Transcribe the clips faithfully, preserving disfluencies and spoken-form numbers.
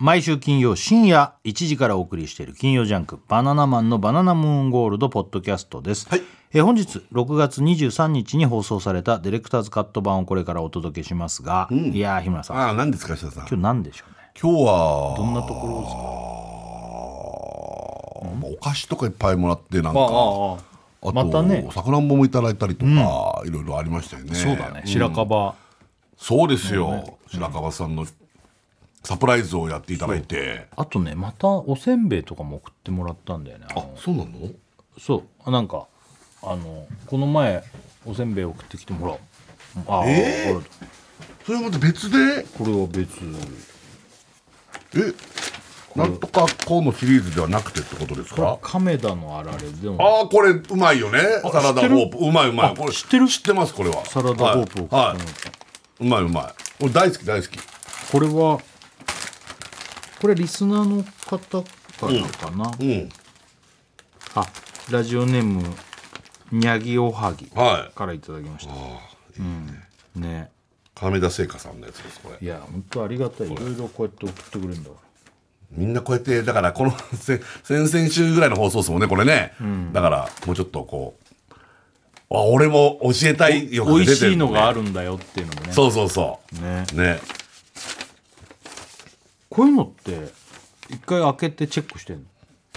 毎週金曜深夜いちじからお送りしている金曜ジャンクバナナマンのバナナムーンゴールドポッドキャストです、 はい。 えー本日ろくがつにじゅうさんにちに放送されたディレクターズカット版をこれからお届けしますが、 うんいやー日村さん、 ああ、何ですか、石田さん。 今日何でしょうね。 今日はどんなところですか。 まあお菓子とかいっぱいもらってなんかああああとまたねさくらんぼもいただいたりとか、いろいろありましたよね。 そうだね、 ん白樺、 そうですよ、白樺さんのサプライズをやっていただいて。 あとねまたおせんべいとかも送ってもらったんだよね。ああ、 のそうなの。 そうなんかあのこの前おせんべい送ってきてもらう。ああ、 えーこれそれはまた別でこれは別。 えなんとかこうのシリーズではなくてってことですこれか。 亀田のあられでもああ、これうまいよね。サラダ知ってるホープうまいうまい。 あこれ知ってる知ってます。これはサラダホープを送ってもらった、 はい、はい、うまいうまい。俺大好き大好き。 これはこれリスナーの方からかな、 うん。 あラジオネームにゃぎおはぎはからいただきました。うんね亀田製菓さんのやつですこれ。 いや本当ありがたい。いろいろこうやって送ってくれるんだから。 みんなこうやってだからこのせ先々週ぐらいの放送ですもんねこれね、だからもうちょっとこうあ俺も教えたい欲が美味出てる、ね、 しいのがあるんだよっていうのもね。 そうそうそうねね。 こういうのって一回開けてチェックしてんの。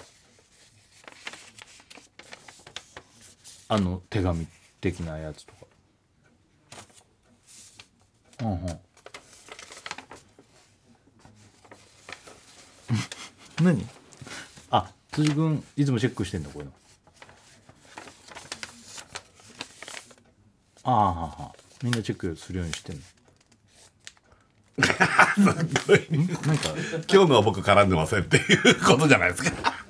あの手紙的なやつとか。うんうん何あ辻君いつもチェックしてんだこういうの。ああはあはあみんなチェックするようにしてんの。なんか今日のは僕絡んでませんっていうことじゃないですか。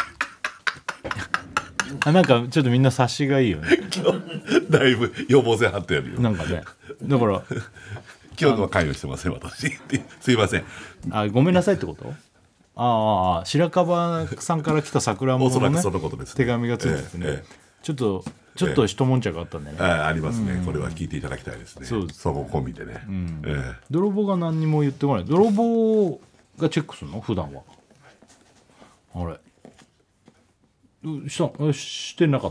あなんかちょっとみんな察しがいいよね。 だいぶ予防線張ってやるよ。 なんかねだから今日のは関与してません私ってすいません。 あごめんなさいってこと。ああ白樺さんから来た桜ものねおそらくそのことですね。 手紙がついててね、 ええええちょっとちょっと一悶着があったんでね、 あありますね、これは聞いていただきたいですね。 そうですそこ込みでね、ええ泥棒が何にも言ってこない。泥棒がチェックするの普段は。あれうしたえしてなかった。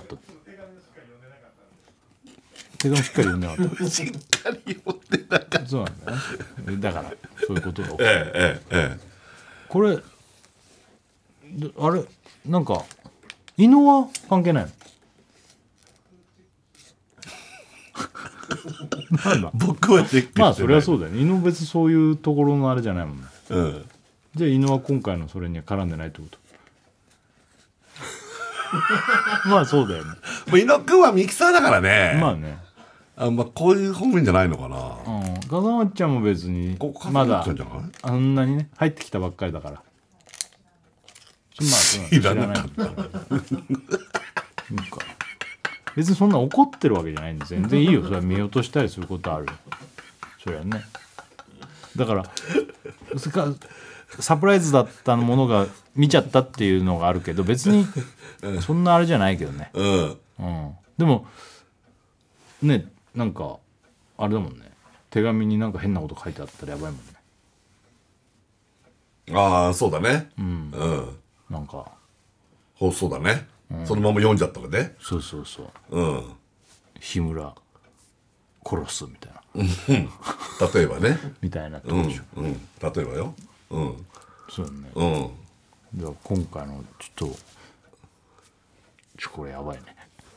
手紙しっかり読んでなかっしっかり読んでなかった。 た。そうなんだね。だからそういうことが起きる。 えええええこれであれなんか犬は関係ないの。なんだえ僕はチェックしてない。 まあそれはそうだよね。犬別にそういうところのあれじゃないもんね。 うんじゃあ犬は今回のそれには絡んでないってこと。まあそうだよね。 もう猪野君はミキサーだからね。 まあね。 あんまこういう方面じゃないのかな。 うん。風間ちゃんも別にここまだちゃんじゃない。 あんなにね入ってきたばっかりだから。まあそう知らなかった。 なんか別にそんな怒ってるわけじゃないんで全然いいよ。それは見落としたりすることある。そりゃね。だからそれかサプライズだったものが見ちゃったっていうのがあるけど別にそんなあれじゃないけどね。 うんうん。でもねなんかあれだもんね。手紙になんか変なこと書いてあったらやばいもんね。 ああそうだね。 うん。 うんなんかほそうだね、そのまま読んじゃったらね。 そうそうそう。 うん日村殺すみたいな例えばね。 みたいなってうんことでしょ。 うん例えばよ。うんそうだね。 うんじゃあ今回のちょっとちょこれやばいね。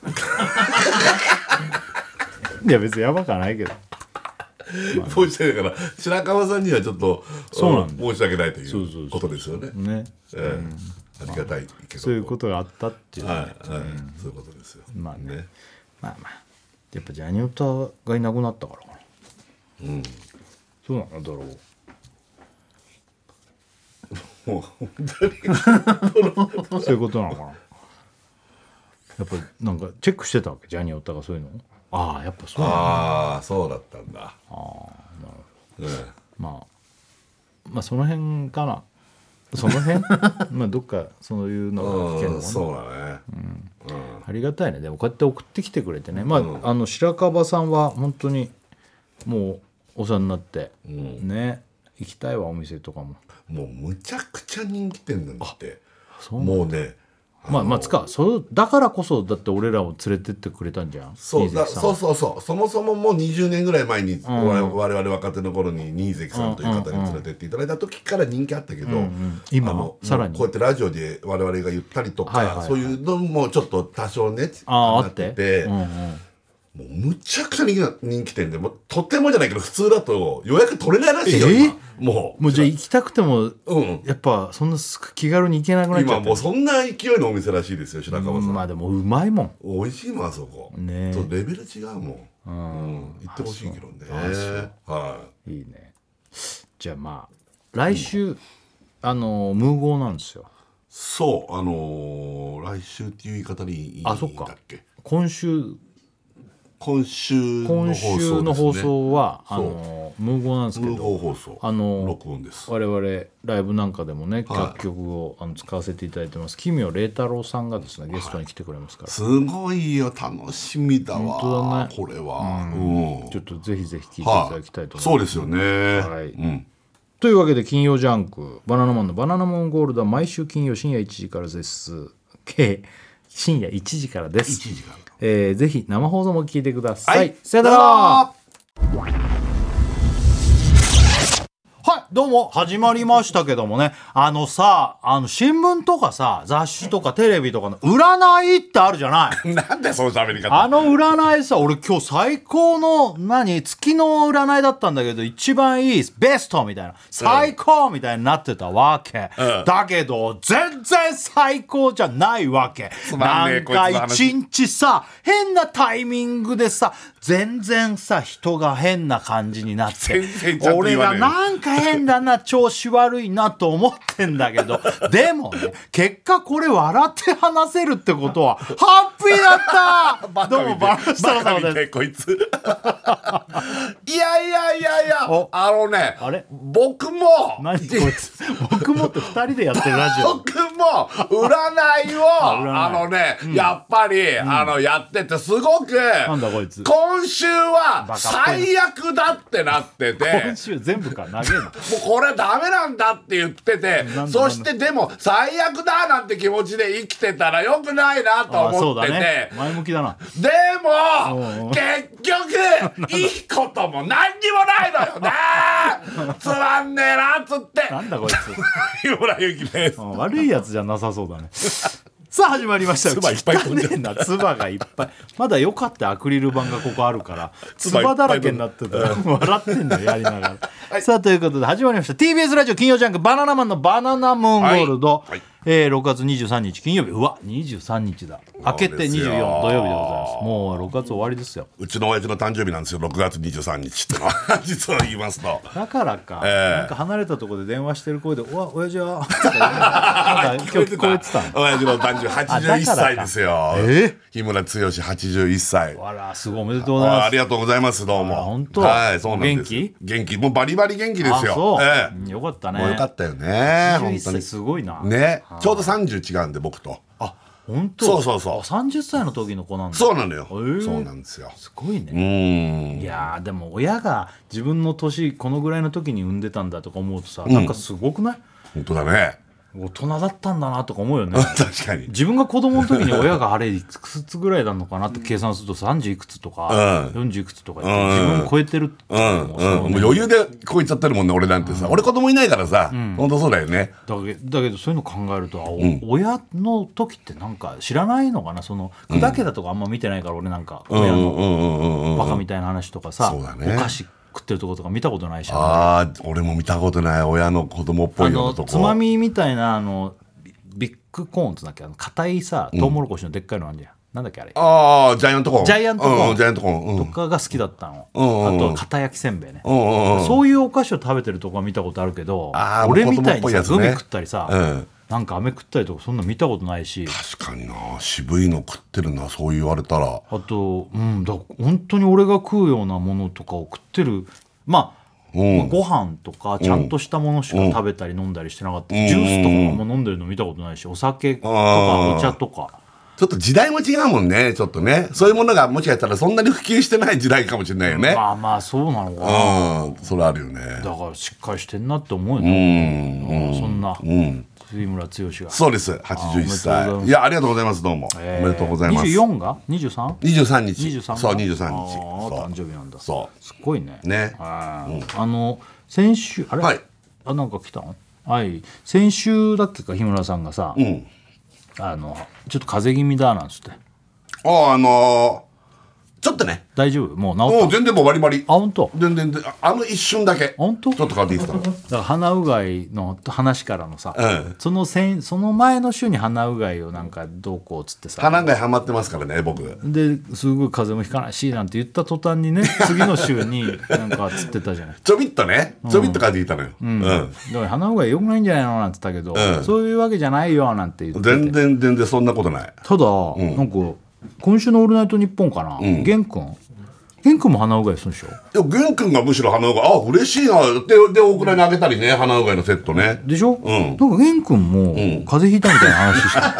いや別にやばくはないけど。 申し訳ないから白川さんにはちょっとそうなんだ申し訳ないといそうそうそううことですよね。 ね。 ええありがたいけどそういうことがあったっていう、ね。 はいはい、そういうことですよ。 まあねねまあまあやっぱジャニオタがいなくなったからかな。 うんそうなのだろう。 もう本当にそういうことなのかな。やっぱなんかチェックしてたわけジャニオタがそういうの。ああやっぱそうなの。 ああそうだったんだ。 ああなるほど。 うんまあまあその辺かな。その辺まあどっかそういうのが聞けるのかな。 うんそうだね。 ありがたいね。でもこうやって送ってきてくれてね、まあ、うん、あの白樺さんは本当にもうお世話になって、 うん、 ね行きたいわお店とかも。 もうむちゃくちゃ人気店なんだって。 そうもうねまあまあつかそだからこそだって俺らを連れてってくれたんじゃん。 そうだそうそうそうそもそももうにじゅうねんぐらい前に、うん、我々若手の頃に新関さんという方に連れてっていただいた時から人気あったけど、うんうん、 今もさらにこうやってラジオで我々が言ったりとか、はいはいはい、そういうのもちょっと多少ねああってて、 うんうん、もうむちゃくちゃ人気な人気店でもうとてもじゃないけど普通だと予約取れないらしいよ、えー、もうもうじゃあ行きたくても、うん、やっぱそんな気軽に行けなくなっちゃった。 今もうそんな勢いのお店らしいですよ白川さん、 うん、まあでもうまいもん美味しいもんあそこ、ね、ちょっとレベル違うもん、うん、行ってほしいけどね、はい、 いいね。じゃあまあ来週、うん、あのムーゴーなんですよ。 そうあのー、来週っていう言い方にいいんだっけ。あそっか今週今週の放送ですね。 今週の放送はあのムーゴーなんですけど、 ムーゴー放送あの録音です。 我々ライブなんかでもね、はい、楽曲をあの使わせていただいてます奇妙麗太郎さんがですねゲストに来てくれますから、 はい、すごいよ楽しみだわ。本当だねこれは、 うんうん、ちょっとぜひぜひ聴いていただきたいと思います、 はあ、そうですよね、 はい、うん、というわけで金曜ジャンクバナナマンのバナナマンゴールドは毎週金曜深夜いちじからです計深夜いちじからです。いちじから、えー、ぜひ生放送も聞いてください、はい、さよなら。はいどうも始まりましたけどもね、あのさあの新聞とかさ雑誌とかテレビとかの占いってあるじゃないなんでその喋り方。 あの占いさ俺今日最高の何月の占いだったんだけど一番いいベストみたいな最高みたいになってたわけ、うん、だけど全然最高じゃないわけ。なんか一日さ変なタイミングでさ全然さ人が変な感じになって俺がなんか変だな調子悪いなと思ってんだけどでもね結果これ笑って話せるってことはハッピーだったどうもバラシタロウです。 こいついやいやいやいやあのねあれ僕も何こいつ僕もってふたりでやってるラジオ僕も占いをあのね、うん、やっぱり、うん、あのやっててすごくなんだこいつ今週は最悪だってなってて今週全部か投げるのもうこれダメなんだって言っててそしてでも最悪だなんて気持ちで生きてたらよくないなと思ってて、ね、 前向きだな。 でも結局いいことも何にもないのよねつまんねえなっつってなんだこいつ日村ゆきです。 悪いやつじゃなさそうだねさあ始まりましたよ。 つばいっぱい飛んでんなつばがいっぱいまだよかったアクリル板がここあるからつばだらけになってて笑ってんだよやりながら、はい、さあということで始まりました ティービーエス ラジオ金曜ジャンクバナナマンのバナナムーンゴールド、はいはいえー、ろくがつにじゅうさんにち金曜日うわにじゅうさんにちだ明けてにじゅうよっか土曜日でございます。もうろくがつ終わりですよ。 うちの親父の誕生日なんですよろくがつにじゅうさんにちってのは実は言いますとだからか、えー、なんか離れたところで電話してる声でおわ親父はなんか今日聞こえてた親父の誕生日はちじゅういっさいですよ。えー、日村剛はちじゅういっさい。 あらすごいおめでとうございます。 あ, ありがとうございますどうも。 本当はいそうなんです。 元気元気もうバリバリ元気ですよ。 あそう、 えー、 よかったね。 もうよかったよねはちじゅういっさいすごいなねちょうどさんじゅう違うんで僕と。 あ本当そうそうそうさんじゅっさいの時の子なんだ。 そうなのよ、 えー、 そうなんですよ。 すごいね。うんいやでも親が自分の年このぐらいの時に産んでたんだとか思うとさ、うん、なんかすごくない？ 本当だね。 大人だったんだなとか思うよね確かに自分が子供の時に親があれいくつぐらいなのかなって計算するとさんじゅういくつとか、うん、よんじゅういくつとかって自分を超えてるって、 うんうん、もう余裕で超えちゃってるもんね俺なんてさ、うん、俺子供いないからさ、うん、ほんとそうだよね。 だけ、だけどそういうの考えると、うん、親の時ってなんか知らないのかなその砕けたとかあんま見てないから、俺なんか親のバカみたいな話とかさ、 そうだね、 お菓子食ってるとことか見たことないし、 ああ俺も見たことない親の子供っぽいようなとこ。 つまみみたいなあのビッグコーンってなんだっけあの硬いさトウモロコシのでっかいのあるじゃん、うん、なんだっけあれああジャイアントコーンジャイアントコーン、 うん、ジャイアントコーン、うん、 とかが好きだったの、 うんうん、 あと片焼きせんべいね、 うんうん、 そういうお菓子を食べてるとこは見たことあるけど、俺みたいにさ、ね、グミ食ったりさ、うん、なんか飴食ったりとかそんな見たことないし。 確かにな渋いの食ってるなそう言われたら。 あと、うん、だ本当に俺が食うようなものとかを食ってるまあうん、ご飯とかちゃんとしたものしか食べたり飲んだりしてなかった、うん、ジュースとかも飲んでるの見たことないしお酒とかお茶とかちょっと時代も違うもんねちょっとねそういうものがもしかしたらそんなに普及してない時代かもしれないよねまあまあそうなのかな、 うんそれあるよねだからしっかりしてんなって思うようね、 んそんな、 うん杉村剛がそうですはちじゅういっさいいやありがとうございますどうも、 えーおめでとうございますにじゅうよんが にじゅうさん? にじゅうさんにちにじゅうさんそうにじゅうさんにちあーそう誕生日なんだそすごいねうねあ,、あの先週あれ、 はいあなんか来たのはい先週だっけか日村さんがさ、 うんあのちょっと風邪気味だなんつってああのーちょっとね大丈夫もう治ったもう全然もうバリバリあ本当全然ああの一瞬だけ本当ちょっと変わっていいですかだから鼻うがいの話からのさ、 うんその先その前の週に鼻うがいをなんかどうこうっつってさ鼻がハマってますからね僕ですごい風邪もひかないしなんて言った途端にね次の週になんかつってたじゃないちょびっとねちょびっと変わっていたのようん、 だから鼻うがい良くないんじゃないのなんて言ったけど、 うんそういうわけじゃないよなんて言ってて全然全然そんなことないただ、なんか今週の「オールナイトニッポン」かな、玄君玄君も鼻うがいするんでしょいや玄君がむしろ鼻うがいあ嬉しいなでで大倉にあげたりね鼻うがいのセットねでしょ、 うんなんか玄君も風邪ひいたみたいな話して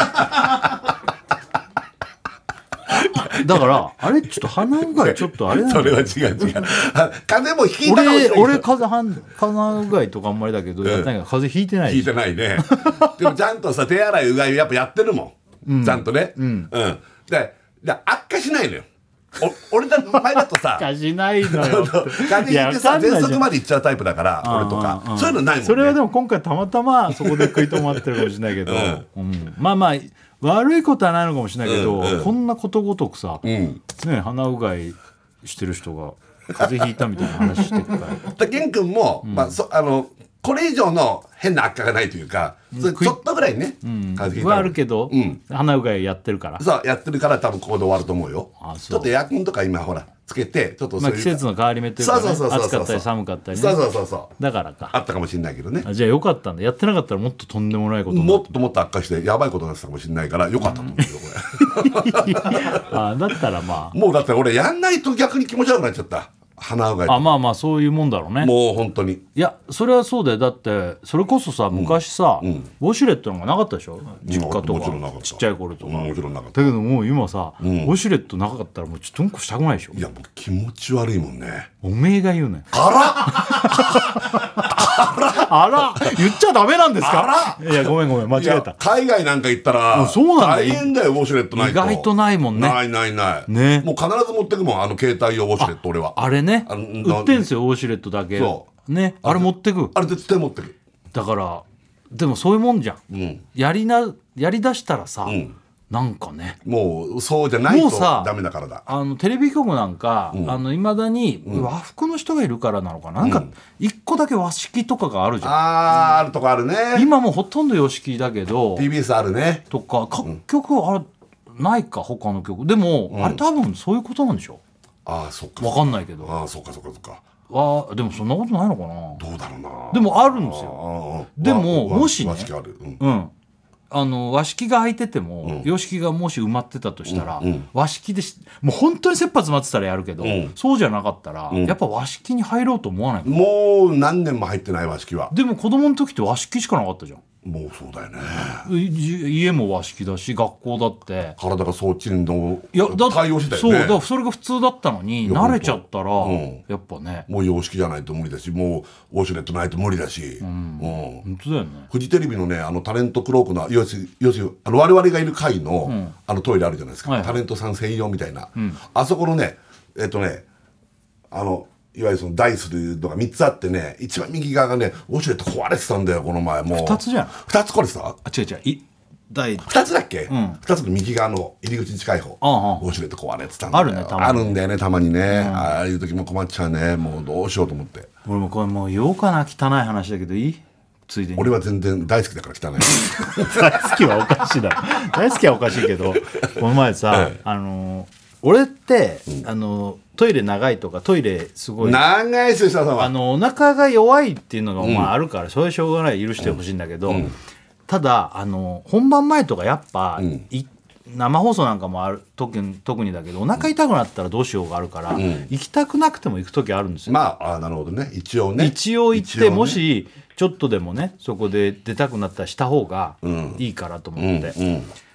ただからあれちょっと鼻うがいちょっとあれなんだそれは違う違うあ風邪もひいたかもしれないけど俺俺風邪鼻うがいとかあんまりだけど、やったんや風邪ひいてない聞いてないねでもちゃんとさ手洗いうがいやっぱやってるもん、ちゃんとねうん、でで悪化しないのよお俺だ前だとさかしないのよって風邪ひいてさいやわかんないじゃん喘息までいっちゃうタイプだから俺とかうんうんそういうのないもんねそれはでも今回たまたまそこで食い止まってるかもしれないけど、うんまあまあ悪いことはないのかもしれないけど、 うんうんこんなことごとくさ、 んね、鼻うがいしてる人が風邪ひいたみたいな話してるからだ玄君も、まあ、そあのこれ以上の変な悪化がないというか、それちょっとぐらいね、風邪ひいたはらあるけど、 うん鼻うがいやってるからそうやってるから多分ここで終わると思うよあそうちょっとエアコンとか今ほらつけてちょっとまあ、 そういう、 季節の変わり目というか、ね、 そうそうそうそう暑かったり寒かったりねそうそうそうそうだからかあったかもしれないけどねあじゃあよかったんだやってなかったらもっととんでもないことになっもっともっと悪化してやばいことになってたかもしれないからよかったと思うよこあだったらまれもうだって俺やんないと逆に気持ち悪くなっちゃった鼻うがいああまあまあそういうもんだろうねもう本当にいやそれはそうだよだってそれこそさ昔さ、ウォシュレットなんかなかったでしょ実家ともちろんなかったかちっちゃい頃とか、 もちろんなかっただけどもう今さ、ウォシュレットなかったらもうちょっとうんこしたくないでしょいやもう気持ち悪いもんねおめえが言うねああら言っちゃダメなんですかいやごめんごめん間らいや違えた海外なんか行ったらそうなんだ大変だよウォシュレットないと意外とないもんねないないないねもう必ず持ってくもんあの携帯用ウォシュレット俺はあれねあの売ってんすよウォシュレットだけそねあれ持ってくあれ絶対持ってくだからでもそういうもんじゃん、 んやりなやりだしたらさ、 んなんかねもうそうじゃないともうさダメだからだあのテレビ局なんかいま、未だに和服の人がいるからなのかな、なんか一個だけ和式とかがあるじゃん、 あーあるとこあるね今もうほとんど洋式だけどティービーエス あるねとか各局あれないか他の曲でも、あれ多分そういうことなんでしょああそっかわかんないけどああそっかそっかそっかわでもそんなことないのかなどうだろうなでもあるんですよあーでもわわもしね和式あるうんうんあの和式が空いてても、洋式がもし埋まってたとしたら、和式でしもう本当に切羽詰まってたらやるけど、 んそうじゃなかったら、やっぱ和式に入ろうと思わない、 もう何年も入ってない和式はでも子供の時って和式しかなかったじゃんもうそうだよねい家も和式だし学校だって体がそっちにのいやだって対応してたそうよねだからそれが普通だったのにいや慣れちゃったら、 んやっぱねもう洋式じゃないと無理だしもうウォシュレットないと無理だし、うん本当だよねフジテレビのねあのタレントクロークの要するに要するにあの我々がいる階の,、あのトイレあるじゃないですか、 はいはいタレントさん専用みたいな、あそこのねえっとねあのいわゆるその台するのがみっつあってね一番右側がねウォシュレット壊れてたんだよこの前もうふたつじゃんふたつ壊れてたあ違う違うい第ふたつだっけ、 んふたつの右側の入り口に近い方、 ああああウォシュレット壊れてたんだよあるねたまにあるんだよねたまにね、ああいう時も困っちゃうねもうどうしようと思って俺もこれもう言おうかな汚い話だけどいいついでに俺は全然大好きだから汚い大好きはおかしいだろ大好きはおかしいけどこの前さ、あの俺って、あのトイレ長いとかトイレすごい長いですよ設楽さんはあのお腹が弱いっていうのがまああるから、それはしょうがない許してほしいんだけど、ただあの本番前とかやっぱ、い生放送なんかもある特に特にだけどお腹痛くなったらどうしようがあるから、行きたくなくても行く時あるんですよ。 まああなるほどね一応ね一応行って、 ねもしちょっとでもねそこで出たくなったらした方がいいからと思って、 うん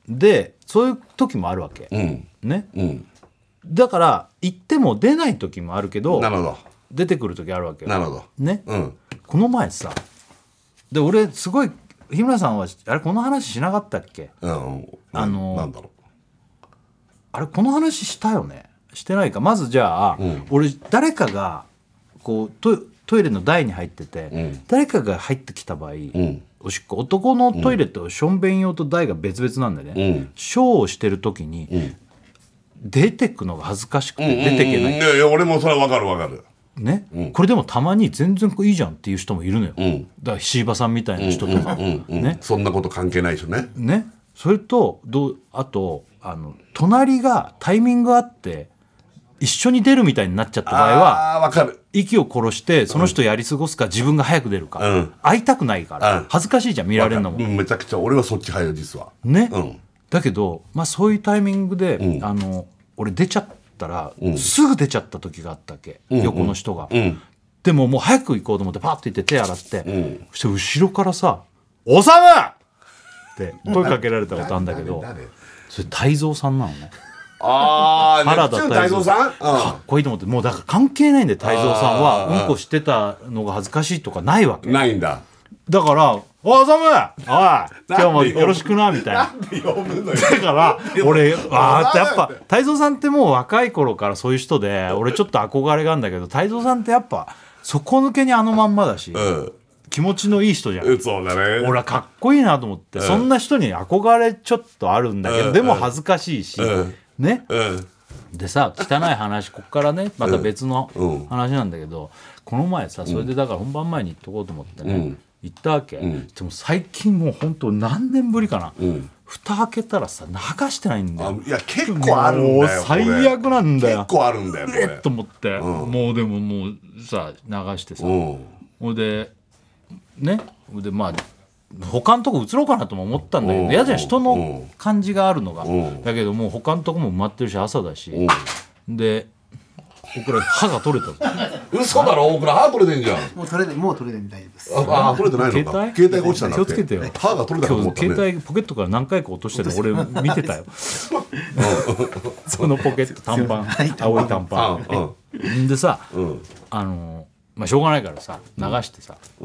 でそういう時もあるわけ、 うんね、 うん、 だから行っても出ない時もあるけど、 なるほど出てくる時あるわけよ。 なるほどね、 うん、 この前さで俺すごい日村さんはあれこの話しなかったっけ、 うん、 あのー、 なんだろうあれこの話したよね、してないか。まずじゃあ、うん、俺誰かがこう ト, トイレの台に入ってて、うん、誰かが入ってきた場合、うん、おしっこ男のトイレとしょんべん用と台が別々なんでね、うん、ショーをしてる時に、うん、出てくのが恥ずかしくて出てけない、うんうんうん、いやいや俺もそれは分かる分かるね、うん、これでもたまに全然いいじゃんっていう人もいるのよ、うん、だから椎葉さんみたいな人とか、うんうんうんうん、ね、 そんなこと関係ないでしょね。 ね、それとどうあとあの隣がタイミングあって一緒に出るみたいになっちゃった場合は、 あ分かる、 息を殺してその人やり過ごすか、うん、自分が早く出るか、うん、会いたくないから、うん、恥ずかしいじゃん見られるのも、 うん、めちゃくちゃ俺はそっち入る実はね、 うん、 だけど、まあ、そういうタイミングで、うん、あの俺出ちゃったら、うん、すぐ出ちゃった時があったっけ、うん、横の人が、うん、でももう早く行こうと思ってパッと行って手洗って、うん、そして後ろからさ「おさむ!」って声かけられたことあるんだけどそれ泰造さんなのね。 あ原田泰造さんかっこいいと思って、もうだから関係ないんで泰造さんはうんこしてたのが恥ずかしいとかないわけないんだ。 だから「おいサムおい今日もよろしくな」みたいな。 なんで呼ぶのよ。 だから俺あーやっぱ泰造さんってもう若い頃からそういう人で俺ちょっと憧れがあるんだけど、泰造さんってやっぱ底抜けにあのまんまだし、うん、気持ちのいい人じゃん。 そうだね。 俺はかっこいいなと思って、うん、そんな人に憧れちょっとあるんだけど、うん、でも恥ずかしいし、うんね、うん、でさ汚い話こっからねまた別の話なんだけど、うん、この前さそれでだから本番前に行っとこうと思ってね、うん、行ったわけ、うん、でも最近もう本当何年ぶりかな、うん、蓋開けたらさ流してないんだよ。 いや結構あるんだよ。 もう最悪なんだよ。 結構あるんだよこれえっと思って、うん、もうでももうさ流してさ、ほ、うんでねでまあ他のとこ移ろうかなとも思ったんだけど嫌じゃん人の感じがあるのが。だけどもう他のとこも埋まってるし朝だし、で大倉歯が取れた。 嘘だろ大倉歯取れてんじゃん。 もう取れてもう取れてみたいです。 ああ取れてないのか。携帯携帯が落ちたんだって。 気をつけてよ。 歯が取れたと思ったね。 携帯ポケットから何回か落としてるの俺見てたよ。そのポケット短パン青い短パンでさ、あのまあしょうがないからさ流してさ、 うん、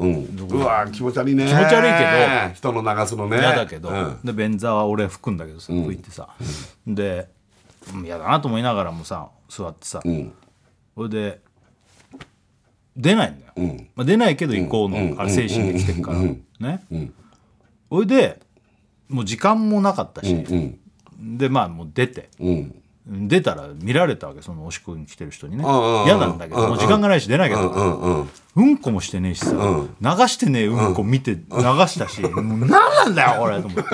うわ気持ち悪いね。 気持ち悪いけど人の流すのね嫌だけど、うん、で便座は俺拭くんだけどさ拭いてさ、うん、で嫌だなと思いながらもさ座ってさ、うん、それで出ないんだよ、うんまあ、出ないけど行こうの、うん、あれ精神で来てるから、うん、ね、うん、それでもう時間もなかったし、うんうん、でまあもう出て、うん出たら見られたわけそのおしっこに来てる人にね。嫌なんだけどもう時間がないし出なきゃとかうんこもしてねえしさ流してねえうんこ見て流したしもう何なんだよこれと思って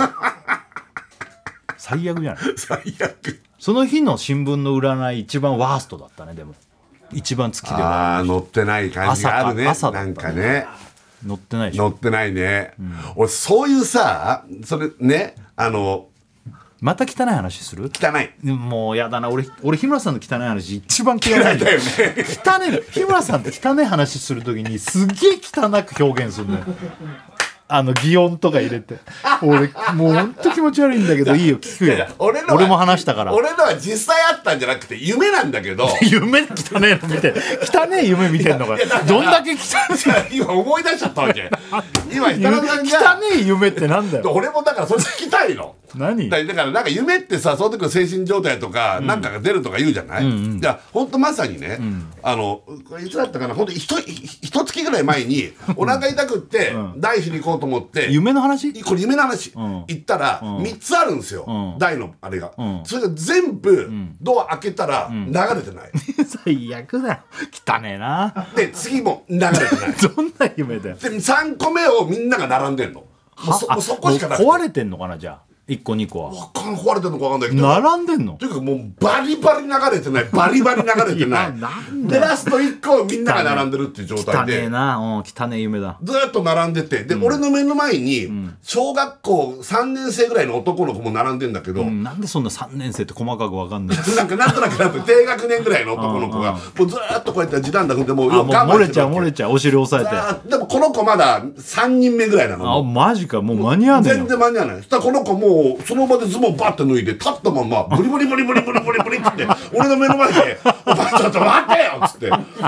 最悪じゃない最悪。 その日の新聞の占い一番ワーストだったね。でも一番月でああ載ってない感じがあるね。 朝か朝なんかね載ってないでしょ。載ってないね、うん、俺そういうさそれねあのまた汚い話する？ 汚い。 もうやだな俺俺日村さんの汚い話一番嫌いなんだよね。汚いの日村さんって汚い話するときにすげえ汚く表現するのよ。あの擬音とか入れて俺もうほんと気持ち悪いんだけどいいよ聞くよ。俺の俺も話したから。 俺のは実際あったんじゃなくて夢なんだけど夢で汚ねえの見て汚ねえ夢見てんのかどんだけ汚い今思い出しちゃったわけ今設楽さんが汚ねえ夢ってなんだよ。 俺もだからそれ聞きたいの何だからなんか夢ってさその時の精神状態とか、うん、なんかが出るとか言うじゃない、うんうん、じゃあほんとまさにね、うん、あのこれいつだったかなほんとひと一月ぐらい前にお腹痛くって、うん、大師に行こうと思って夢の話これ夢の話、うん、行ったら、うん、みっつあるんですよ、うん、大のあれが、うん、それが全部、うん、ドア開けたら流れてない、 うん、最悪だよ汚ねえなで次も流れてないどんな夢だよ。 でさんこめをみんなが並んでんのもう そ, もうそこしかなくて壊れてんのかなじゃあいっこにこはわかん壊れてんのかわかんないけど並んでんのというかもうバリバリ流れてないバリバリ流れてないなんでラストいっこみんなが並んでるっていう状態で汚ねえな、うん、汚ねえ夢だずっと並んでてで、うん、俺の目の前に、うん、小学校さんねん生ぐらいの男の子も並んでんだけど、うん、 なんでそんなさんねん生って細かくわかんないなんかなんとなくなんか低学年ぐらいの男の子がもうずっとこうやって時短だ踏んでもう我慢して漏れちゃう漏れちゃうお尻押さえてでもこの子まださんにんめぐらいなのあマジかもう間に合わない全然間に合わないそしたらこの子ももうその場でズボンバッて脱いで立ったままブリブリブリブリブリブリブリって俺の目の前で「お前ちょっと待ってよ」っつって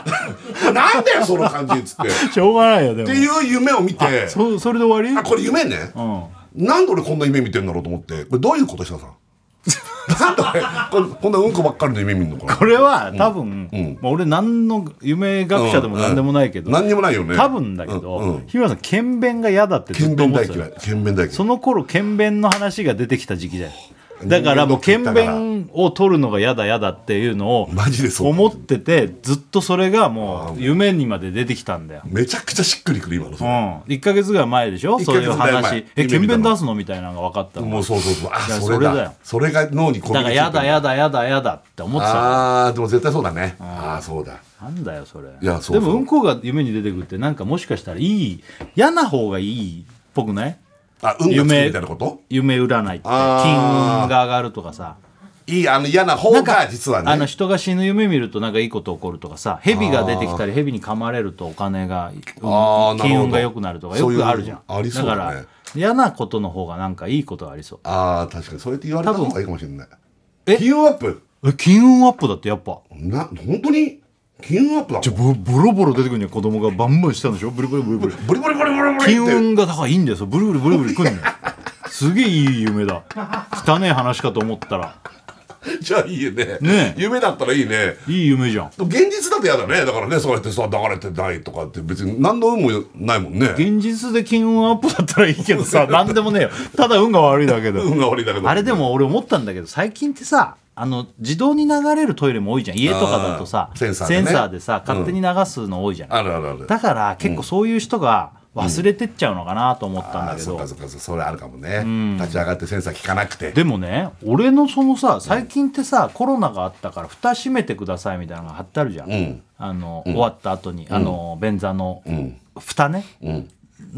「なんだよその感じ」っつってしょうがないよでもっていう夢を見てそ, それで終わりあこれ夢ね、うん、なんで俺こんな夢見てんだろうと思ってこれどういうことしたさなんで俺こんこんなうんこばっかりの夢見んのかな。 これは多分、うん、俺何の夢学者でも何でもないけど、 うんうん、何にもないよね多分だけど、うんうん、日村さん検便が嫌だってずっと思ってた。 検便大嫌い。 その頃検便の話が出てきた時期だよ。だからもう検便を取るのが嫌だ嫌だっていうのをマジでそう思っててずっとそれがもう夢にまで出てきたんだよ。 めちゃくちゃしっくりくる今のそれ、 うん、いっかげつぐらい前でしょそういう話。え検便出すのみたいなのが分かったの。 もうそうそうそうあそれだそれだよ。 それが脳にこびりついてる。 だから嫌だ嫌だ嫌だ嫌だって思ってた。 ああでも絶対そうだね。ああそうだ。 なんだよそれ。 いやそうそうでもうんこが夢に出てくるってなんかもしかしたらいい嫌な方がいいっぽくない？ あ運がつくみたいなこと？ 夢占いって金運が上がるとかさいいあの嫌な方が実はねあの人が死ぬ夢見るとなんかいいこと起こるとかさ蛇が出てきたり蛇に噛まれるとお金が金運が良くなるとかよくあるじゃん。 ありそうだね。 だから嫌なことの方がなんかいいことがありそう。 ああ確かにそうやって言われた方がいいかもしれない。え金運アップえ金運アップだってやっぱな本当に金運アップだもん。 じゃボボロボロ出てくるんや子供がバンバンしたんでしょブリブリブリブリブリブリブリブリブリって金運がだからいいんだよ。ブリブリブリブリくんねんすげえいい夢だ。汚ねえ話かと思ったらじゃあいいよね。 ね夢だったらいいね。 いい夢じゃん。 現実だと嫌だね。だからねそうやってさ流れてないとかって別に何の運もないもんね。 現実で金運アップだったらいいけどさ何でもねえよ。ただ運が悪いだけで運が悪いだけどあれでも俺思ったんだけど最近ってさあの自動に流れるトイレも多いじゃん。家とかだとさセンサーでねセンサーでさ勝手に流すの多いじゃん、 うん、あるあるある。 だから結構そういう人が忘れてっちゃうのかなと思ったんだけど、 うん、あそうかそうかそれあるかもね、うん、立ち上がってセンサー効かなくて。 でもね俺のそのさ最近ってさ、うん、コロナがあったから蓋閉めてくださいみたいなのが貼ってあるじゃん、うん、あの、うん、終わった後にあの便座の蓋ね、うん、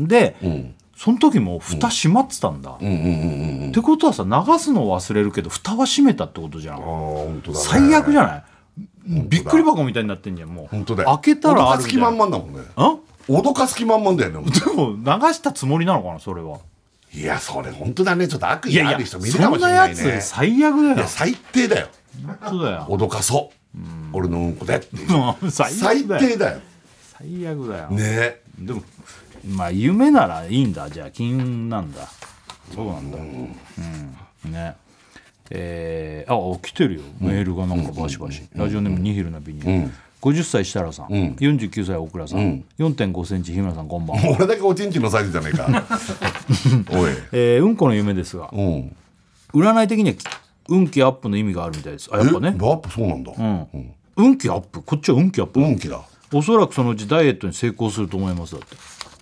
で、うんその時も蓋閉まってたんだ、うんうんうんうん、ってことはさ流すの忘れるけど蓋は閉めたってことじゃん。あ本当だ、ね、最悪じゃないびっくり箱みたいになってんじゃん。もう本当だ開けたらあるじゃん。 脅かす気満々だもんね。あ脅かす気満々だよね。 でも流したつもりなのかなそれは。 いやそれ本当だね。ちょっと悪意ある人見るかもしれないね。 そんなやつ最悪だよ。いや最低だよ。 本当だよ。 脅かそう、うん、俺のうんこでって最, 最低だよ。 最悪だよね。 でもまあ夢ならいいんだ。じゃあ金運なんだ。そうなんだ、うんうん、ねえー、あ来てるよメールがなんかバシバシ、うん、ラジオネームニヒルなビニール、うん、ごじゅっさい設楽さん、うん、よんじゅうきゅうさい大倉さん、うん、よんてんごセンチ日村さんこんばんは。 俺だけおちんちんのサイズじゃないかおい、 えー、うんこの夢ですが、うん、占い的には運気アップの意味があるみたいです。あやっぱねアップそうなんだ、うんうん、運気アップこっちは運気アップ運気だ。 おそらくそのうちダイエットに成功すると思いますだって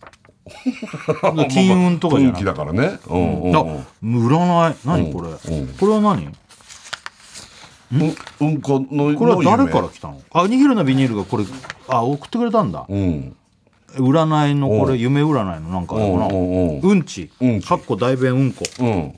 金運とかじゃなくて運気だからね、うんうんうん、 あ占い何これ、うん、これは何う, うんこのこれは誰から来たの。あニヒルなビニールがこれあ送ってくれたんだ、うん、占いのこれ夢占いのなんかあるかな。うんちかっこ大便うんこ、うん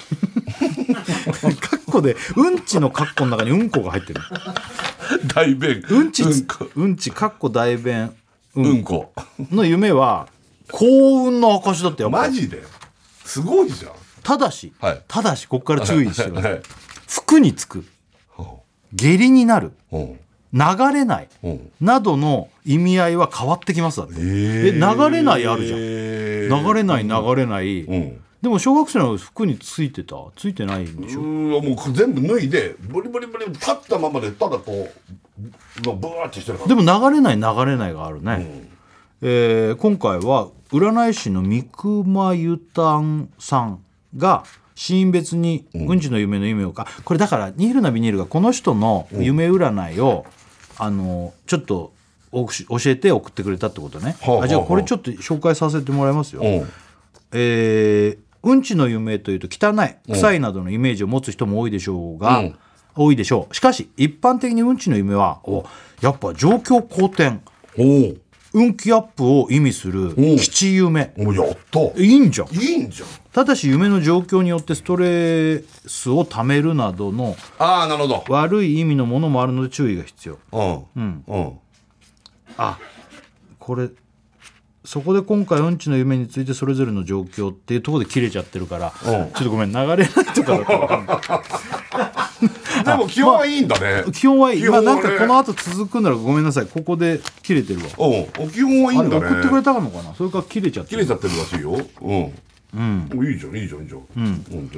カッコでうんちのカッコの中にうんこが入ってる大便うんちうんちカッコ大便うんこの夢は幸運の証だってやっぱマジですごいじゃん。 ただし、はい、ただしここから注意してください、はい、服につく下痢になる流れないなどの意味合いは変わってきますだって。え流れないあるじゃん。流れない流れない、うん、でも小学生の服についてたついてないんでしょ。うもう全部脱いでブリブリブリ立ったままでただこうブワーってしてるから。 でも流れない流れないがあるね、うんえー、今回は占い師の三熊ゆたんさんが死因別にうんちの夢の意味をか、これだからニヒルなビニールがこの人の夢占いを、うん、あのちょっと教えて送ってくれたってことね、はあはあ、あじゃあこれちょっと紹介させてもらいますよ、うんえー、うんちの夢というと汚い臭いなどのイメージを持つ人も多いでしょうが、うん、多いでしょう。しかし一般的にうんちの夢はおやっぱ状況好転お運気アップを意味する吉夢。 おやったいいんじゃんいいんじゃん。 ただし夢の状況によってストレスをためるなどのあーなるほど悪い意味のものもあるので注意が必要。うんうん、うん、あこれそこで今回うんちの夢についてそれぞれの状況っていうところで切れちゃってるから、ちょっとごめん流れないとかだと分かんないでも基本はいいんだね、 まあ、基本はいい、 基本はねまあ、なんかこの後続くならごめんなさい、ここで切れてるわ。 うん基本はいいあれんだね。 送ってくれたのかな、それから切れちゃってる。 切れちゃってるらしいよ。うんうん、いいじゃんいいじゃんいいじゃん、うん、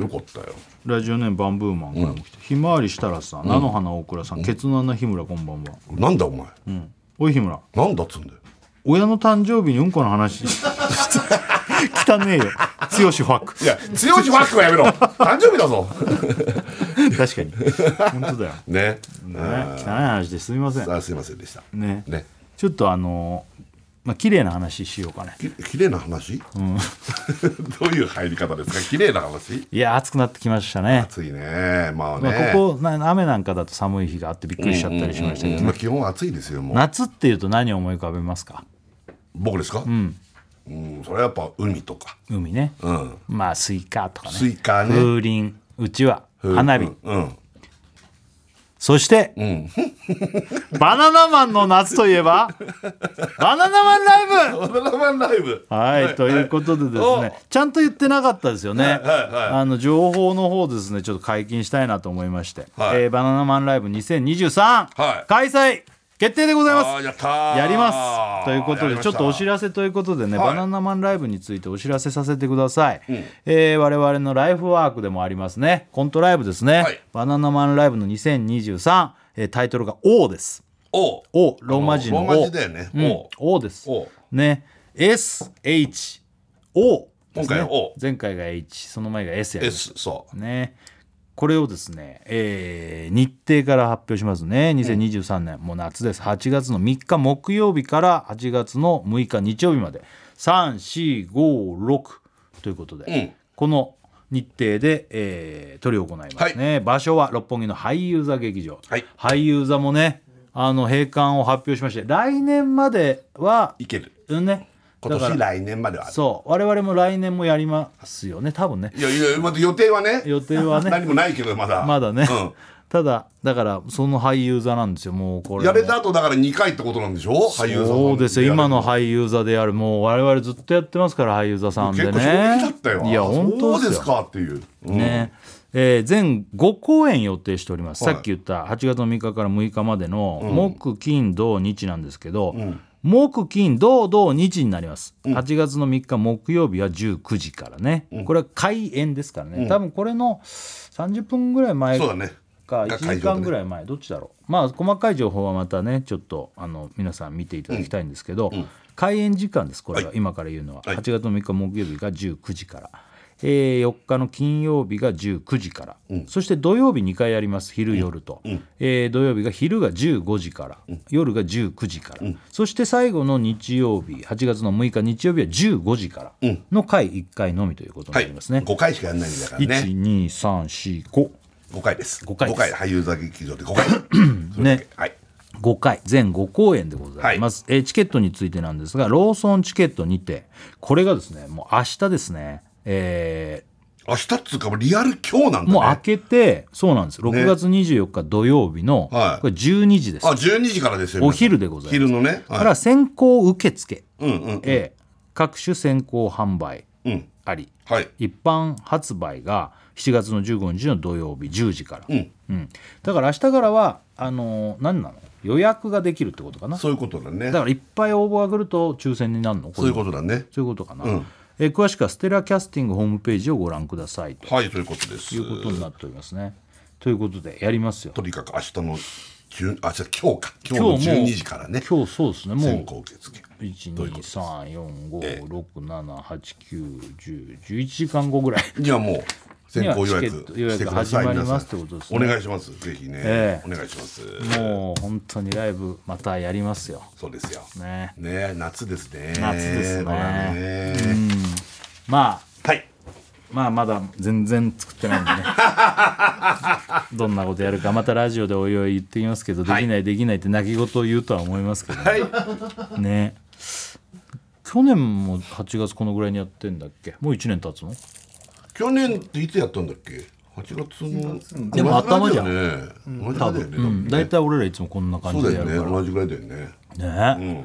よかったよ。 ラジオネームバンブーマンからも来て、うん、ひまわりしたらさん、菜の花大倉さん、ケツの穴日村こんばんは。 なんだお前、 うん、おい日村なんだっつんだよ。 親の誕生日にうんこの話汚ねえよ剛ファック。 いや剛ファックはやめろ誕生日だぞ確かに本当だよねね、汚い話ですみません。 あすいませんでしたね, ねちょっとあのまあ綺麗な話しようかね。 き綺麗な話、うん、どういう入り方ですか綺麗な話。 いや暑くなってきましたね。 暑いねまあね、 まあ、ここな雨なんかだと寒い日があってびっくりしちゃったりしましたけどね、 うんうんうんまあ、基本は暑いですよ。もう夏っていうと何を思い浮かべますか。 僕ですか。うん、うん、それはやっぱ海とか海ね、 うん、 まあスイカとかね、 スイカね、 風鈴、うちわ、花火、 うんうん、 そして、うん、バナナマンの夏といえばバナナマンライブバナナマンライブはい、はい、ということでですね、はい、ちゃんと言ってなかったですよね、はいはいはい、あの情報の方ですねちょっと解禁したいなと思いまして、はいえー、バナナマンライブにせんにじゅうさん、はい、開催決定でございます。 あやったーやりますということでちょっとお知らせということでね、はい、バナナマンライブについてお知らせさせてください、うんえー、我々のライフワークでもありますねコントライブですね、はい、バナナマンライブのにせんにじゅうさん、えー、タイトルが O です。 O, O ローマ字の O ローマ字だよね、 うん、O, O です O ね エスエイチオー ですね。 今回は O 前回が H その前が S やりました S そうね。これをですね、えー、日程から発表しますね。にせんにじゅうさんねん、うん、もう夏です。はちがつのみっか木曜日からはちがつのむいか日曜日までさん、し、ご、ろくということで、うん、この日程で、えー、執り行いますね、はい、場所は六本木の俳優座劇場、はい、俳優座もねあの閉館を発表しまして来年まではいける、 うんね今年来年まではある。 そう我々も来年もやりますよね多分ね。 いやいやまだ予定はね予定はね何もないけどまだまだね、うん、ただだからその俳優座なんですよ。もうこれやれた後だからにかいってことなんでしょ俳優座。 そうですよ今の俳優座でやるもう我々ずっとやってますから俳優座さんでね。 結構衝撃だったよ。 いや本当そうですかっていう、 うん、ねえー、全ごこうえん予定しております、はい、さっき言ったはちがつのみっかからむいかまでの木金土日なんですけど、うん木金土土日になります、うん、はちがつのみっか木曜日はじゅうくじからね、うん、これは開演ですからね、うん、多分これのさんじゅっぷんぐらい前かいちじかんぐらい前、ね、どっちだろう。まあ細かい情報はまたねちょっとあの皆さん見ていただきたいんですけど、うんうん、開演時間ですこれは、はい、今から言うのは、はい、はちがつのみっか木曜日がじゅうくじから、えー、よっかの金曜日がじゅうくじから、うん、そして土曜日にかいやります昼夜と、うんえー、土曜日が昼がじゅうごじから、うん、夜がじゅうくじから、うん、そして最後の日曜日はちがつのむいか日曜日はじゅうごじからの回いっかいのみということになりますね、 はい、ごかいしかやらないんだからね。いち、に、さん、よん、ご ごかいです。ごかいです。ごかい俳優座劇場でごかいね、はい、ごかい全ごこうえんでございます、はいえー、チケットについてなんですがローソンチケットにてこれがですねもう明日ですねえー、明日っつうかもうリアル今日なんだね。 もう明けてそうなんですろくがつにじゅうよっか土曜日の、ね、これじゅうにじです。 あじゅうにじからですよ。 お昼でございます。 昼のね、 はい、から先行受付、 うんうんうんえー、各種先行販売あり、うんはい、一般発売がしちがつのじゅうごにちの土曜日じゅうじから、うんうん、だから明日からはあのー、何なの予約ができるってことかな。 そういうことだね。 だからいっぱい応募が来ると抽選になるの。 そういうことだね。 そういうことかな、うんえー、詳しくはステラキャスティングホームページをご覧くださいと。 はいということです。 いうことになっておりますね。ということでやりますよ。 とにかく明日のあじゃ今日か今日のじゅうにじからね。 今日そうですねもう先行受付いち、に、さん、よん、ご、ろく、なな、はち、きゅう、じゅう、じゅういちじかんごぐらいいやもう先行予約してください。 始まりますってことですね。 お願いしますぜひね、えー、お願いします。 もう本当にライブまたやりますよ。 そうですよねね夏ですね。 夏ですね。 ねうんまあはいまあまだ全然作ってないんでねどんなことやるかまたラジオでおいおい言ってきますけど、はい、できないできないって泣き言を言うとは思いますけど、ねはい、ね去年もはちがつこのぐらいにやってんだっけ。もういちねん経つの。去年っていつやったんだっけ。はちがつのでも頭じゃん、 うん、多分、 うん、だいたい俺らいつもこんな感じでやるから。 そうだよね同じぐらいだよね。 ね、うん、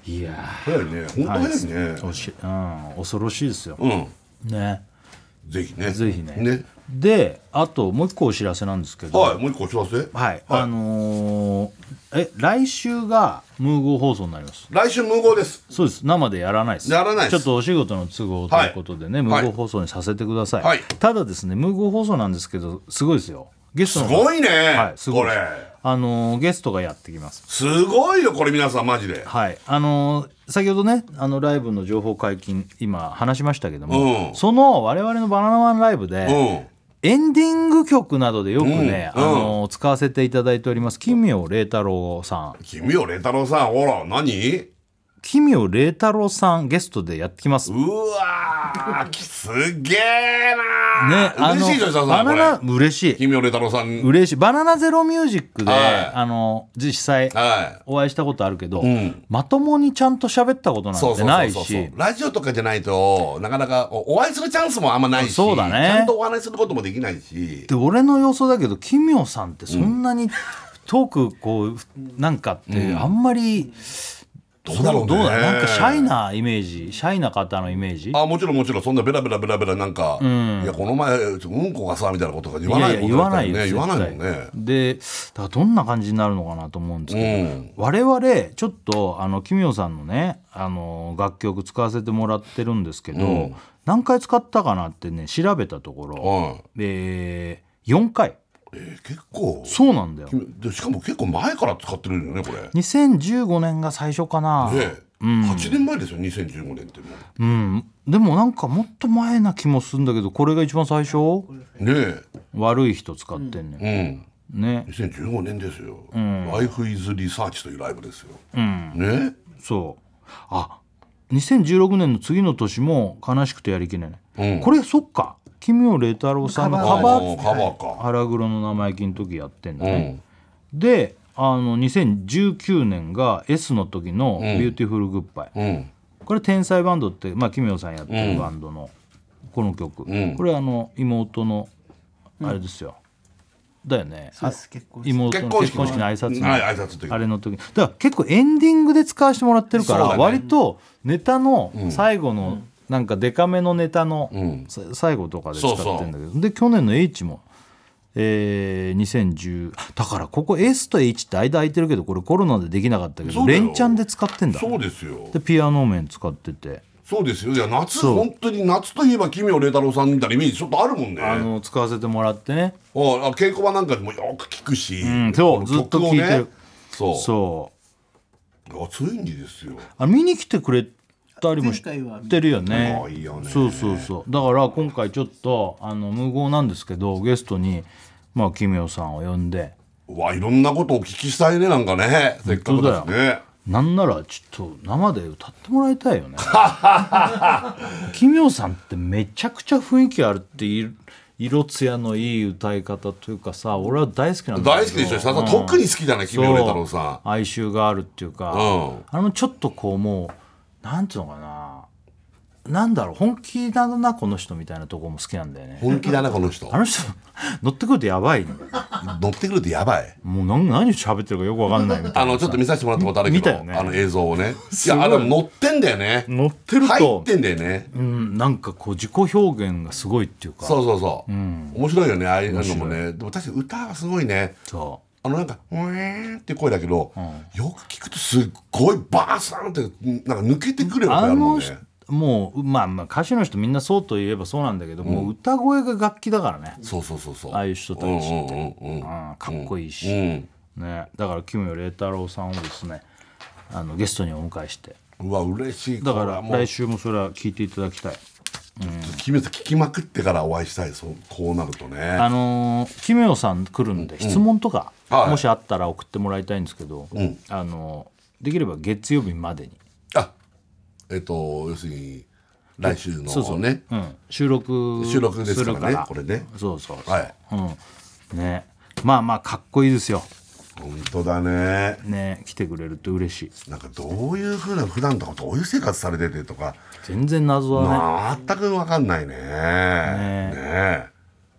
いや早いね、本当早いね、 おし、うん、恐ろしいですよ、 うんね、 ぜひねぜひねねであともう一個お知らせなんですけど、 はい、もう一個お知らせ。 はい、あのーえ来週がムーゴー放送になります。 来週無言です。 そうです、生でやらないです。 やらないです。 ちょっとお仕事の都合ということでね、 はいムーゴー放送にさせてください、 はい、 ただですねムーゴー放送なんですけどすごいですよ、ゲストのすごいね、 はい、すごいこれあのーゲストがやってきます。 すごいよこれ、皆さんマジで。 はいあのー先ほどねあのライブの情報解禁今話しましたけども、 うん、 その我々のバナナマンライブで、 うんエンディング曲などでよくね、 うんあの使わせていただいております奇妙麗太郎さん。 奇妙麗太郎さん、ほら何奇妙麗太郎さんゲストでやってきます。 うわーすげえなー、 ね、 嬉しいでしょバナナこれ嬉しい奇妙麗太郎さん嬉しいバナナゼロミュージックで、 はいあの実際はお会いしたことあるけど、 い、うんまともにちゃんと喋ったことなんてないし、 ラジオとかじゃないとなかなかおお会いするチャンスもあんまないし、 そうだね、 ちゃんとお話しすることもできないし。 で俺の予想だけど奇妙さんってそんなにトークこうなんかってあんまり、 どうだろうね。 どうだなんかシャイなイメージシャイな方のイメージ。 あもちろんもちろんそんなベラベラベラベラなんか、うん、いやこの前うんこがさみたいなことが言わないもんね。 言わないよ、 言わないもんね。 でだからどんな感じになるのかなと思うんですけど、うん、我々ちょっとあの奇妙さんのねあの楽曲使わせてもらってるんですけど、うん、何回使ったかなってね調べたところ、うんえー、よんかい。 えー、結構そうなんだよ。 でしかも結構前から使ってるよねこれ。 にせんじゅうごねんが最初かな、 ねうん、はちねんまえですよにせんじゅうごねんってもう、 うん、でもなんかもっと前な気もするんだけどこれが一番最初ねえ悪い人使ってんね、 うん、 ねにせんじゅうごねんですよ、 うん、 Life is Research というライブですよ、 うん、 ねそうあにせんじゅうろくねんの次の年も悲しくてやりきれない、うん、これそっか奇妙麗太郎さんのカバーカバーか腹黒の生意気の時やってんだね、うん、であのにせんじゅうきゅうねんが S の時の「ビューティフルグッバイ」うん、これ天才バンドって、まあ、奇妙さんやってるバンドのこの曲、うん、これあの妹のあれですよ、うん、だよね妹の結婚式の挨拶の、 はい、挨拶あれの時だから結構エンディングで使わせてもらってるから、ね、割とネタの最後の、うん、なんかデカめのネタの最後とかで使ってるんだけど、そうそうで去年の H もえー、にせんじゅうだからここ S と H って間空いてるけどこれコロナでできなかったけど連チャンで使ってんだ。 そうですよ。 でピアノ面使っててそうですよ。いや夏本当に夏といえば奇妙麗太郎さんみたいなイメージちょっとあるもんね。 あの使わせてもらってねあ稽古場なんかでもよく聞くし、 うん、そうずっと聞いてる、ね、 そうそうあついにですよあ見に来てくれたりもしてるよね。 あいいよね。 そうそうそうだから今回ちょっとあの無謀なんですけどゲストにまあ奇妙さんを呼んでうわいろんなことをお聞きしたいねなんかねせっかくですね。 なんならちょっと生で歌ってもらいたいよね奇妙さんってめちゃくちゃ雰囲気あるって色艶のいい歌い方というかさ俺は大好きなんだけど大好きでしょ、さ、うん、特に好きじゃない奇妙麗太郎さん哀愁があるっていうか、うん、あのちょっとこうもうなんていうのかななんだろう本気だなこの人みたいなところも好きなんだよね。 本気だなこの人あの人乗ってくるとやばい、ね、 乗ってくるとやばいもう何何喋ってるかよく分かんないみたいなあのちょっと見させてもらったことあるけど、ね、あの映像をねいやあれ乗ってんだよね乗ってると入ってんだよね、 うん、なんかこう自己表現がすごいっていうかそうそうそう、うん、面白いよねああいうのもね。でも確かに歌はすごいね。そうあのなんか「うえー」って声だけど、うん、よく聞くとすっごいバーサーンってなんか抜けてくるような声あるもんね。 もう、まあ、まあ歌手の人みんなそうといえばそうなんだけど、うん、もう歌声が楽器だからね。 そうそうそうそうああいう人たちって、うんうんうんうん、かっこいいし、うんね、だから奇妙麗太郎さんをですねあのゲストにお迎えしてうわ嬉しいだから来週もそれは聞いていただきたい。 奇妙さん聞きまくってからお会いしたい。そうこうなるとねあのー、奇妙さん来るんで質問とか、うん、もしあったら送ってもらいたいんですけど、うん、あのー、できれば月曜日までにあえっと要するに来週のねそうそう、うん、 収録収録ですからねこれねそうそうそう、 はいうん、ねまあまあかっこいいですよ。 本当だね。 ね来てくれると嬉しい。 なんかどういうふうな普段とかどういう生活されててとか全然謎はね全く分かんないね。ねねねと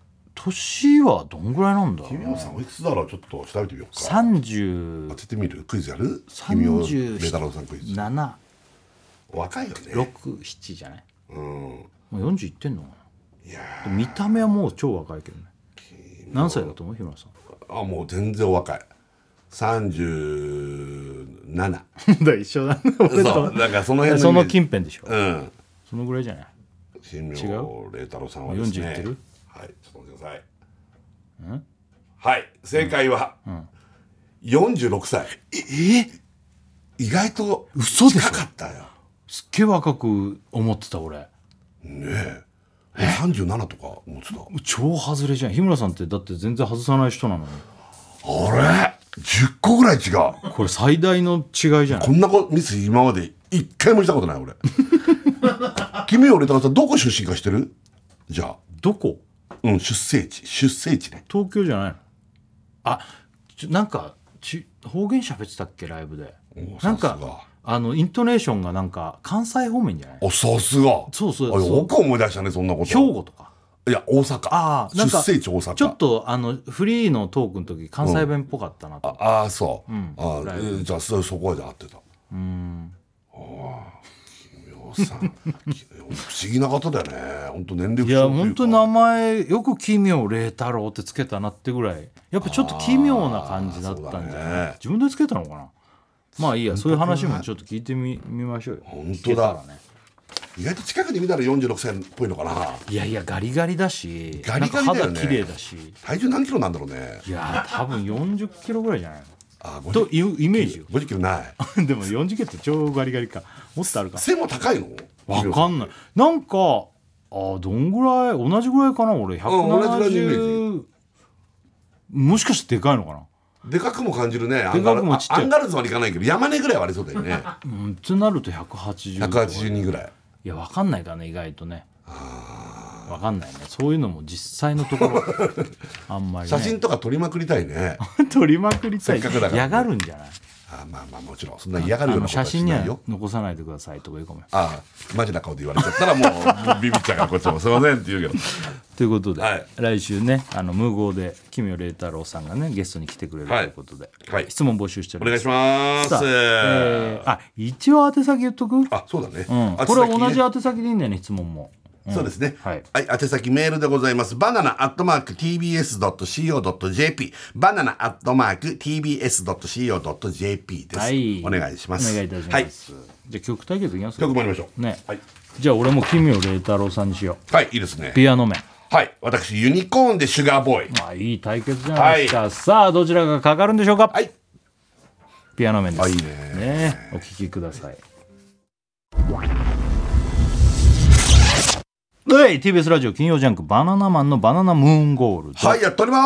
年はどんぐらいなんだろう君尾さんおいくつだろう、ちょっと調べてみようか。 さんじゅ当ててみる？クイズやる？ さんじゅう君尾礼太郎さんクイうズ。 なな、 若いよね。 ろく、ななじゃない？ うん。 もうよんじゅういってんのかいやな。見た目はもう超若いけどね。何歳だと思う日村さん？ ー、あ、もう全然お若い。さんじゅうなな。 だ一緒だね。俺とそう、なんかその辺のそのイメージ。 近辺でしょ。 うん。 そのぐらいじゃない？ 新名違礼太郎さんはですね。 よんじゅういってる？ はい、ちょっと待ってください。 ん？ はい、正解は、 んよんじゅうろくさい。 え？ 意外と嘘でしょ近かったよ。 すっげえ若く思ってた俺。 ねえ。さんじゅうななとか思ってた。 超外れじゃん。日村さんってだって全然外さない人なのに。 あれじゅっこぐらい違う。 これ最大の違いじゃない？ こんなミス今まで一回もしたことない俺。君俺だからどこ出身か知ってる？じゃあ、 どこ？ うん、出生地出生地ね。 東京じゃないの？あ、ちょなんかち方言喋ってたっけライブで。 おなんかさすがあのイントネーションがなんか関西方面じゃない？ お、さすが。 そうそうあ、 そうよく思い出したね、そんなこと。 兵庫とか。 いや、大阪。 ああ、なんか出生地大阪。 ちょっとあのフリーのトークの時関西弁っぽかったなと。 ああ、そう。 んあライブえじゃあそそこはじゃあ合ってた。 うん。 さん不思議な方だよね。本当年齢不いや詳というか。 本当に名前よく奇妙礼太郎ってつけたなってぐらいやっぱちょっと奇妙な感じだったんじゃない？ あーそうだね自分でつけたのかな。まあいいや、そういう話もちょっと聞いてみみましょうよ。 本当だ聞けたらね。 意外と近くで見たらよんじゅうろくさいっぽいのかな。 いやいやガリガリだし、 ガリガリだよねなんか肌綺麗だし、 体重何キロなんだろうね。 いや多分よんじゅっキロぐらいじゃないあのというイメージよ。 ごじゅっキロないでもよんじゅっキロって超ガリガリか。もっとあるか。 背も高いの？ わかんない。なんかあどんぐらい同じぐらいかな俺ひゃくななじゅう、もしかしてでかいのかな。 でかくも感じるね。アでンガルかくもちっちゃいアンガールズまでいかないけど山根ぐらいはありそうだよね。 うんってなるとひゃくはちじゅうひゃくはちじゅうにぐらい。 いやわかんないからね意外とね。わかんないね。そういうのも実際のところあんまりね。 写真とか撮りまくりたいね。 撮りまくりたい。 せっかくだから嫌がるんじゃない？ あまあまあもちろんそんな嫌がるようなことはあの写真にはいしなよ。 残さないでくださいとか言うかも。 ああマジな顔で言われちゃったらもうもうビビっちゃうからこっちもすいませんって言うけど。 ということで、 はい来週ねあの無言で奇妙礼太郎さんがねゲストに来てくれるということで、 はい質問募集しております。 お願いします。 さあ、えーあ一応宛先言っとく。 あそうだね。 うん、 宛先ねこれは同じ宛先でいいんだよね質問も。 そうですね。 はいはい、宛先メールでございます。バナナアットマーク ティービーエスドットシーオードットジェーピー バナナアットマーク ティービーエスドットシーオードットジェーピー です。 はいお願いします。 お願いいたします。 はい、 じゃあ曲対決いきますか。 曲参りましょう。 ね、 はい、 じゃあ俺も奇妙礼太郎さんにしよう。 はい、いいですね。 ピアノ面。 はい、私ユニコーンでシュガーボーイ。 まあいい対決じゃないですか。さあどちらがかかるんでしょうか。 はい、 ピアノ面です。 あいいねねお聴きください。はい、ティービーエス ラジオ金曜ジャンクバナナマンのバナナムーンゴールド。 はい、やっております。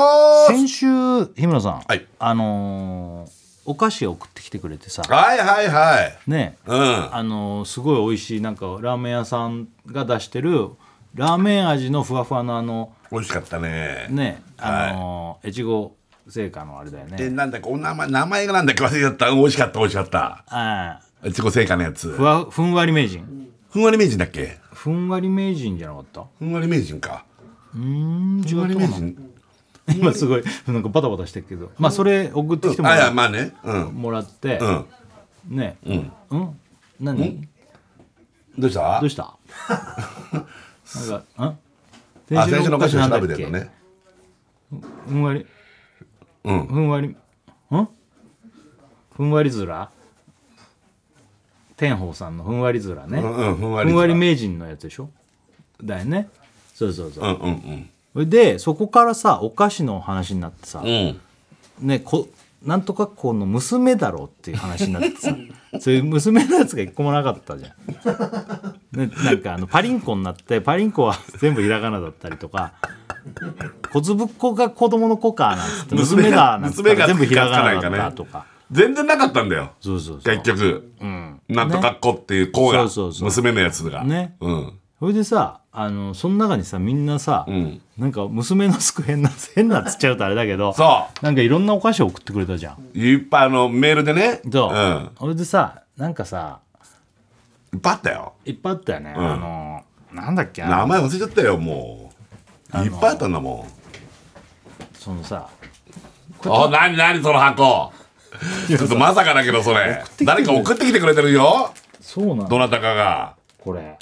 先週日村さん、 はいあのーお菓子を送ってきてくれてさ、 はいはいはい。 ね、 うん。 あのーすごい美味しいなんかラーメン屋さんが出してるラーメン味のふわふわのあの美味しかったね。 ねあのー越後製菓のあれだよえ、 ね。 なんだっけ、お名前、名前がなんだっけ忘れちゃった。うん美味しかった、美味しかった。 ああいちご製菓のやつ。 ふわふんわり名人ふんわり名人だっけ。 ふんわり名人じゃなかった？ ふんわり名人か。 うーんふんわり違ったかな。 名人。 今すごいなんかバタバタしてるけど、まあそれ送ってきてもあ、いや、 ら,、 まあね。うん。 もらって、 うん。 ね、 うん。 うん何？ どうしたどうしたなんかんあ、最初のお菓子を調べてるのね。 ふんわりうん。 ふんわりんふんわりずら天宝さんのふんわりずらね、 うんうん、ふんわふんわりり名名人のやつでしょだよね。そうそうそう、 うんうんうん。 それでそこからさお菓子の話になってさ、 うん。 ねこなんとかこの娘だろうっていう話になってさそういう娘のやつが一個もなかったじゃん、ね、なんかあのパリンコになってパリンコは全部ひらがなだったりとか小粒っ子が子供の子かなんつって娘だなんつったら全部ひらがなだったとか、 全然なかったんだよ。 そうそうそう結局。 うん、 なんとかっこっていう子が、 そうそうそう娘のやつが。 ねうん。 それでさあのその中にさみんなさ、 んなんか娘のすく変な変なっつっちゃうとあれだけどそなんかいろんなお菓子を送ってくれたじゃん。 う。いっぱいあの、メールでね。 そう、 うん。 それでさなんかさいっぱいあったよ。 いっぱいあったよね、 んあのなんだっけあの名前忘れちゃったよ、もう。いっぱいあったんだもそのさあ、なになにその箱。ちょっとまさかだけどそれ誰か送ってきてくれてるよ。 そうなんどなたかがこれ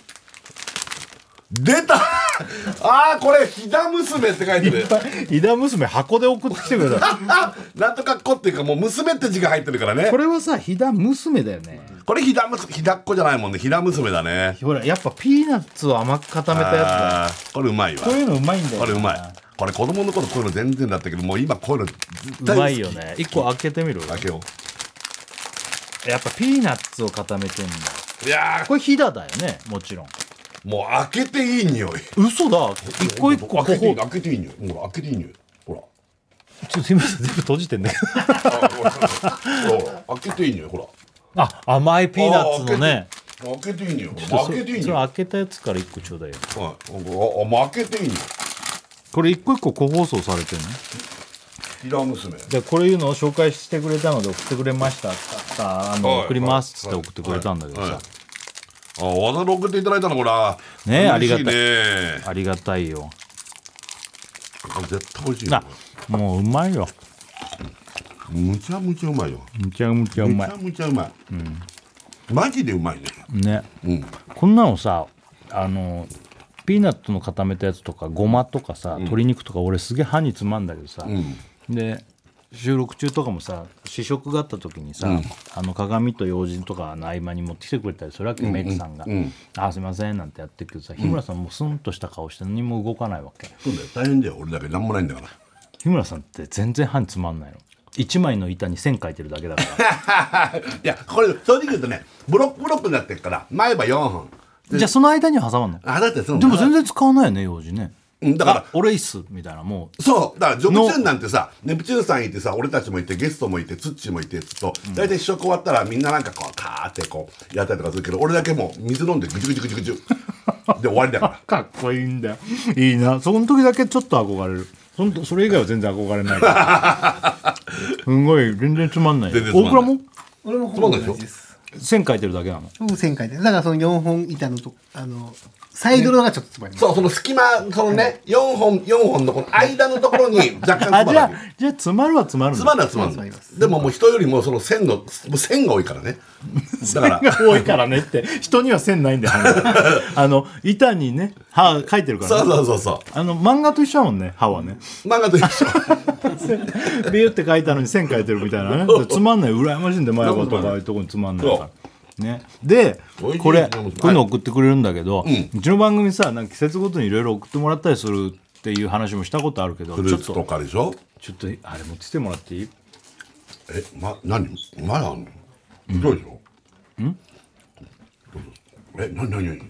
出たあーこれひだ娘って書いてるひだ娘箱で送ってきてくれたなんとかっこっていうかもう娘って字が入ってるからね。 これはさひだ娘だよね。 これひだ娘ひだっこじゃないもんね。ひだ娘だね。 ほらやっぱピーナッツを甘く固めたやつだ。 あーこれうまいわ。 こういうのうまいんだよ。 これうまい。これ子供の頃こういうの全然だったけどもう今こういうの絶対うまいよね。一個開けてみる。 開けよやっぱピーナッツを固めてんだ。 う。いやこれひだだよねもちろん。 ーもう開けていい匂い。 嘘だ。一個一個開けていいここ開けていい匂い。ほら開けていい匂い。ほらちょっとすみません全部閉じてんだけどあほらほら開けていい匂い。ほらあ甘いピーナッツのね。 開けていい匂い。 ちょっと開けていいそれ匂い。 開けたやつから一個ちょうだいよ。 はいああもう開けていい匂い。 これ一個一個個包装されてるの。 ひだ娘。 でこれいうのを紹介してくれたので送ってくれましたさあの、 はい送りますっつって送ってくれたんだけどさ、 はいはいあわざわざ送っていただいたのこれねえ嬉しいねありがたいよ。 あ絶対美味しいよあもううまいよ。 むちゃむちゃうまいよ。 むちゃむちゃうまいむちゃむちゃうまい、マジでうまいね。 ね、 うんこんなのさあのピーナッツの固めたやつとかごまとかさ、鶏肉とか俺すげえ歯につまんだけどさ、 うんで収録中とかもさ試食があった時にさ、あの鏡と用心とかの合間に持ってきてくれたりするわけよ、メイクさんが「 うんあすいません」なんてやってるけどさ、日村さんもうスンとした顔して何も動かないわけ。 そうだよ大変だよ俺だけなんもないんだから日村さんって全然歯につまんないの。一枚の板に線描いてるだけだからいやこれ正直言うとねブロックブロックになってるから前歯よんほんじゃあその間には挟まんの。 あだってそのでも全然使わないよね用事ね。 うんだからあ俺いいっすみたいなもうそうだからジョブチューンなんてさネプチューンさんいてさ俺たちもいてゲストもいてツッチーもいてっつと大体試食終わったらみんななんかこうカーってこうやったりとかするけど俺だけもう水飲んでぐちゅぐちゅぐちゅぐちゅで終わりだからかっこいいんだよ。いいな。その時だけちょっと憧れる。そんそれ以外は全然憧れないからすごい全然つまんないよ。 全然つまんない大倉も俺もほぼ同じです。 線描いてるだけなの。 僕線描いてる。だからそのよんほん板のとあのサイドのがちょっとつまります。 そうその隙間そのねよんほんよんほんのこの間のところに若干あじゃあつまるわけじゃあ詰まるは詰まるんだ。 つまるはつまつまりまるでももう人よりもその線のもう線が多いからねだから多いからねって人には線ないんだよあの板にね歯描いてるから、 そうね、 そうそうそあの漫画と一緒だもんね歯はねう漫画と一緒ビューって書いたのに線描いてるみたいなねつまんない羨ましいんで前歯とかああいうとこにつまんないからね、で美味しいこれでもこういうの送ってくれるんだけど、 んうちの番組さなんか季節ごとにいろいろ送ってもらったりするっていう話もしたことあるけどフルーツとちょっとかでしょちょっとあれ持ってきてもらっていい？ えま何まだあんのどうでしょんえなになになに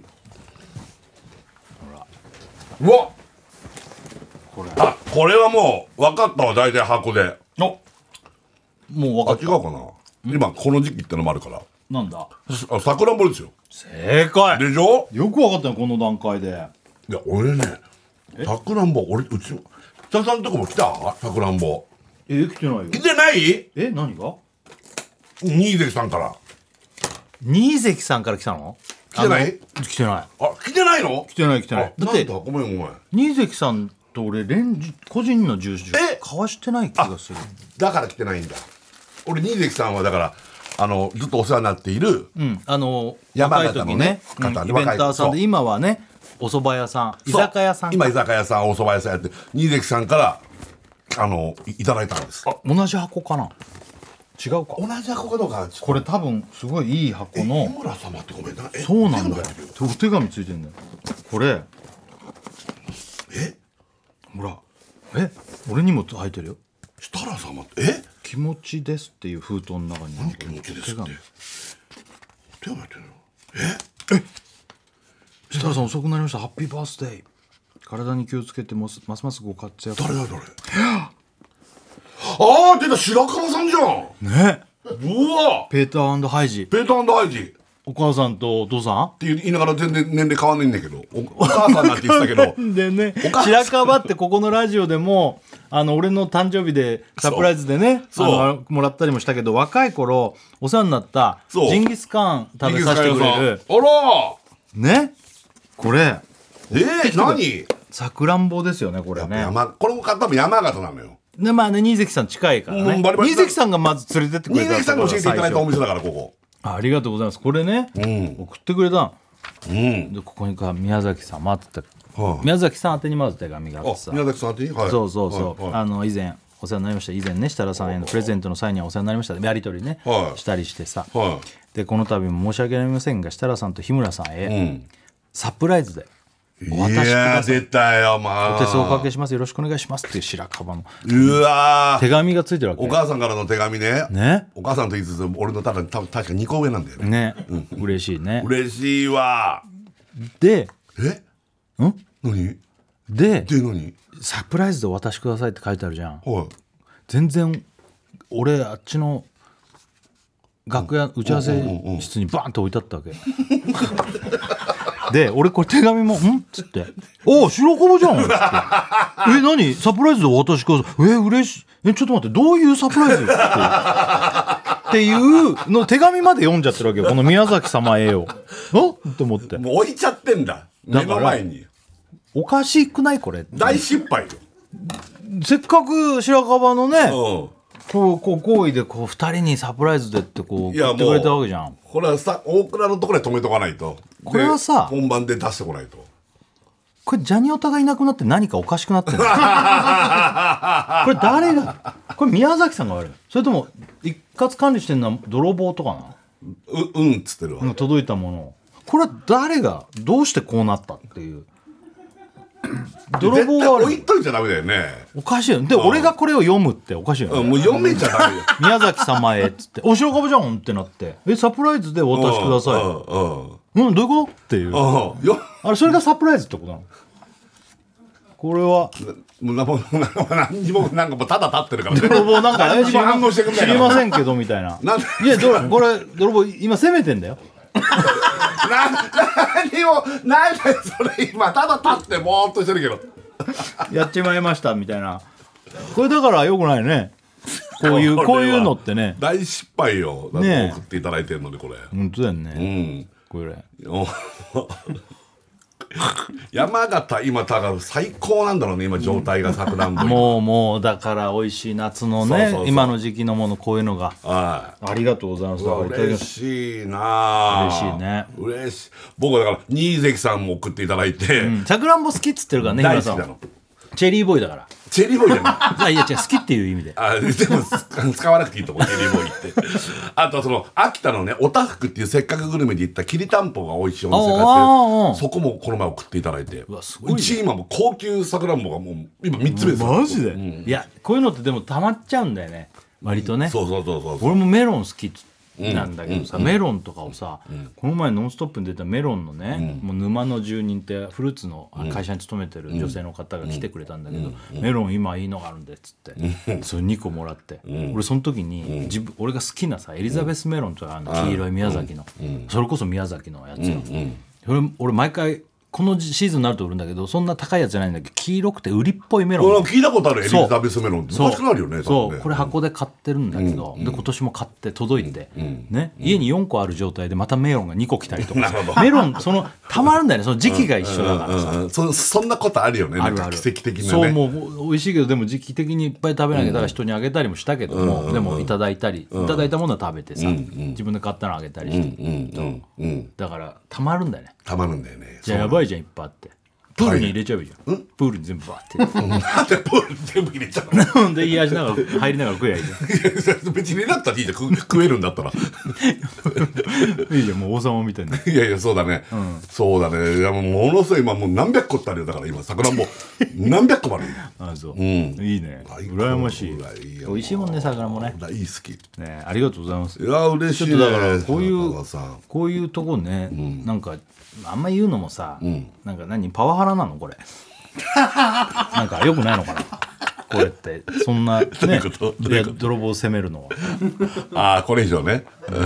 うわこれあこれはもう分かったわ大体箱でおもう分かっあ違うかな今この時期ってのもあるからたなんだあさくらんぼですよ正解でしょよく分かったよこの段階でいや俺ねさくらんぼ俺うち北さんとこも来たさくらんぼえ来てないよ来てないえ何が新関さんから新関さんから来たの来てないあの来てないあ来てないの来てない来てないだってあなんだごめんごめん新関さんと俺連日個人の住所え交わしてない気がするだから来てないんだ俺新関さんはだからあのずっとお世話になっているうんあの山若い時ね形のねうん方イベンターさんそうで今はねお蕎麦屋さん居そう酒屋さん今居酒屋さんお蕎麦屋さんやって新関さんからあのいいただいたんですあ同じ箱かな違うか同じ箱かどうかこれ多分すごいいい箱日の村様ってごめんなえそうなんだよ手が入ってるお手紙ついてんだよこれえほらえ俺にも入ってるよ設楽様ってえ気持ちですっていう封筒の中に何気持ちですって手紙手が入ってるの設楽さん遅くなりましたハッピーバースデー体に気をつけてますますますご活躍誰だ誰ああ出た白川さんじゃんねうわペーターハイジペーターハイジっお母さんとお父さて言いながら全然年齢変わんないんだけど お, お母さんなんて言ってたけどんでねお母さん白樺ってここのラジオでもあの俺の誕生日でサプライズでねあそうのもらったりもしたけど若い頃お世話になったそうジンギスカン食べさせてくれるあらねこれえー、何さくらんぼですよねこれね。 山これも多分山形なのよ。 でまあね新関さん近いからね、 うんバリバリ新関さんがまず連れてってくれた新関さんに教えていただいたお店だからここ。 ありがとうございます。これね、 うん送ってくれたのうん。 でここにか宮崎さん待ってた、 はい宮崎さん宛てにまず手紙があってあさ、 宮崎さんっていいはい。 そうそうそう、 はいはいあの以前お世話になりました以前ね設楽さんへのプレゼントの際にはお世話になりましたやり取りね、 はいしたりしてさ、 はでこの度も申し訳ありませんが設楽さんと日村さんへ、 い。うん。 サプライズでおい渡しくやださい、 ー出たよまあ。 お手数おかけしますよろしくお願いしますっていう白樺のうわー手紙がついてるわけお母さんからの手紙ね。 ねお母さんと言いつつ俺のただ多分確かにこ上なんだよね。 ね、嬉しいね。 嬉しいわ。 でえ？ ん何？ でで何？ サプライズでお渡しくださいって書いてあるじゃん。 はい。 全然俺あっちの楽屋打ち合わせ室にバーンと置いてあったわけで俺これ手紙も「ん?」っつって「おお白樺じゃん」っつって「え何サプライズでお渡しください」え嬉しいえちょっと待ってどういうサプライズ?」ってっていうの手紙まで読んじゃってるわけよこの宮崎様へよ。んって思ってもう置いちゃってんだ。目の前に。 おかしくないこれ大失敗よ。 せっかく白樺のねうん。 こうこう好意でこうふたりにサプライズでってこういや送ってくれたわけじゃん。 これはさ大倉のところで止めとかないと。 これはさで本番で出してこないと。 これジャニオタがいなくなって何かおかしくなってるこれ誰がこれ宮崎さんが悪いそれとも一括管理してるのは泥棒とかううんっつってるわ。 な届いたものをこれは誰がどうしてこうなったっていう泥棒絶対が悪い置いといちゃダメだよね。 おかしいよで俺がこれを読むっておかしいよねうんもう読めちゃダメよ。 宮崎様へっつって「お白樺じゃん」ってなって「えサプライズでお渡しください」 うんうんうんどういうことっていううんよあれそれがサプライズってことなのこれはもうなもうなんか何にもなんかもうただ立ってるからね。 泥棒なんか何にも反応してくんないから知りませんけどみたいな。 なんでいやどこれ泥棒今攻めてんだよ。 な何もなんでそれ今ただ立ってぼーっとしてるけど。 やっちまいましたみたいな。これだからよくないね。こういうこういうのってね。 大失敗よ。だって送っていただいてるのにこれ。 本当だようね。 ん。 これ。 お山形今だから最高なんだろうね今状態がさくらんぼ。 もうもうだから美味しい夏のねそうそうそう今の時期のものこういうのが。 はありがとうございます。だからい。 いただきま嬉す。 しいな。 嬉しいね。 嬉しい。僕はだから新関さんも送っていただいて、 さくらんぼ好きっつってるからね。日村さん大好きなの。 チェリーボーイだから。 チェリーボーイじゃない。 いやいや違う好きっていう意味で。 あでも使わなくていいと思うチェリーボーイってあとその秋田のねおたふくっていうせっかくグルメで行ったきりたんぽが美味しいお店があああってそこもこの前送っていただいてうわすごいねうち今もう高級さくらんぼがもう今みっつめですよマジで、 うんいやこういうのってでも溜まっちゃうんだよね割とね、 そうそうそうそうそう俺もメロン好きなんだけどさ、メロンとかをさ、この前「ノンストップ!」に出たメロンのね、もう沼の住人ってフルーツの会社に勤めてる女性の方が来てくれたんだけど、メロン今いいのがあるんでっつって、それにこもらって、俺その時に自分俺が好きなさエリザベスメロンとかあるの、黄色い宮崎の、それこそ宮崎のやつよ、それ俺毎回このシーズンになると売るんだけどそんな高いやつじゃないんだけど黄色くて売りっぽいメロン俺も聞いたことあるエリザベスメロンってそう昔からあるよねそう、 多分ねこれ箱で買ってるんだけど、で今年も買って届いて、ね、家によんこある状態でまたメロンがにこ来たりとかなるほどメロンそのたまるんだよねその時期が一緒だからさ、 うんうんそそんなことあるよねなんかあるある奇跡的なねそうもう美味しいけどでも時期的にいっぱい食べなきゃだから人にあげたりもしたけども、でもいただいたり、いただいたものは食べてさ、自分で買ったのあげたりして、 うんうんうんだからたまるんだよね。 たまるんだよねじゃあやばいじゃんいっぱいあってプールに入れちゃえばいいじゃん、プールに全部バーってなんでプール全部入れちゃうのほんで癒しながら入りながら食えばいいじゃん別に入れなくたっていいじゃん食食えるんだったらいいじゃんもう王様みたいな。 いやいやそうだね、そうだねいやもうものすごい今もう何百個ってあるよだから今さくらんぼ何百個もあるよあそう、 んいいね羨ましい。 うわいいよ美味しいもんね魚もね。 大好きいねありがとうございます。 や嬉しいねちょっとだからこういう中川さんこういうとこね、なんかあんま言うのもさ、なんか何パワハラなのこれなんかよくないのかなこれってそんなねういうことどういやいうこと泥棒を責めるのはああこれ以上ね、うん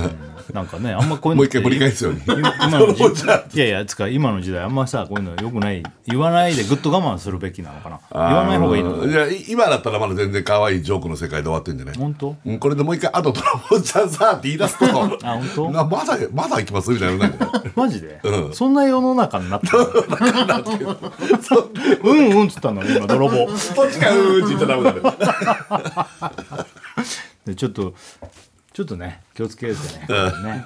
なんかねあんまこういうのもう一回繰り返すように今の時いやいやつか今の時代あんまさこういうのよくない言わないでぐっと我慢するべきなのかな言わない方がいいのかな。 いや今だったらまだ全然可愛いジョークの世界で終わってんじゃない本当？ うんこれでもう一回あとドラゴンちゃんさって言い出すとあ本当？ なまだまだ行きますみたいななんかマジで、 うんそんな世の中になってるうんうんっつったの今泥棒そっちがうーんって言っちゃダメだねでちょっとちょっとね気をつけてねね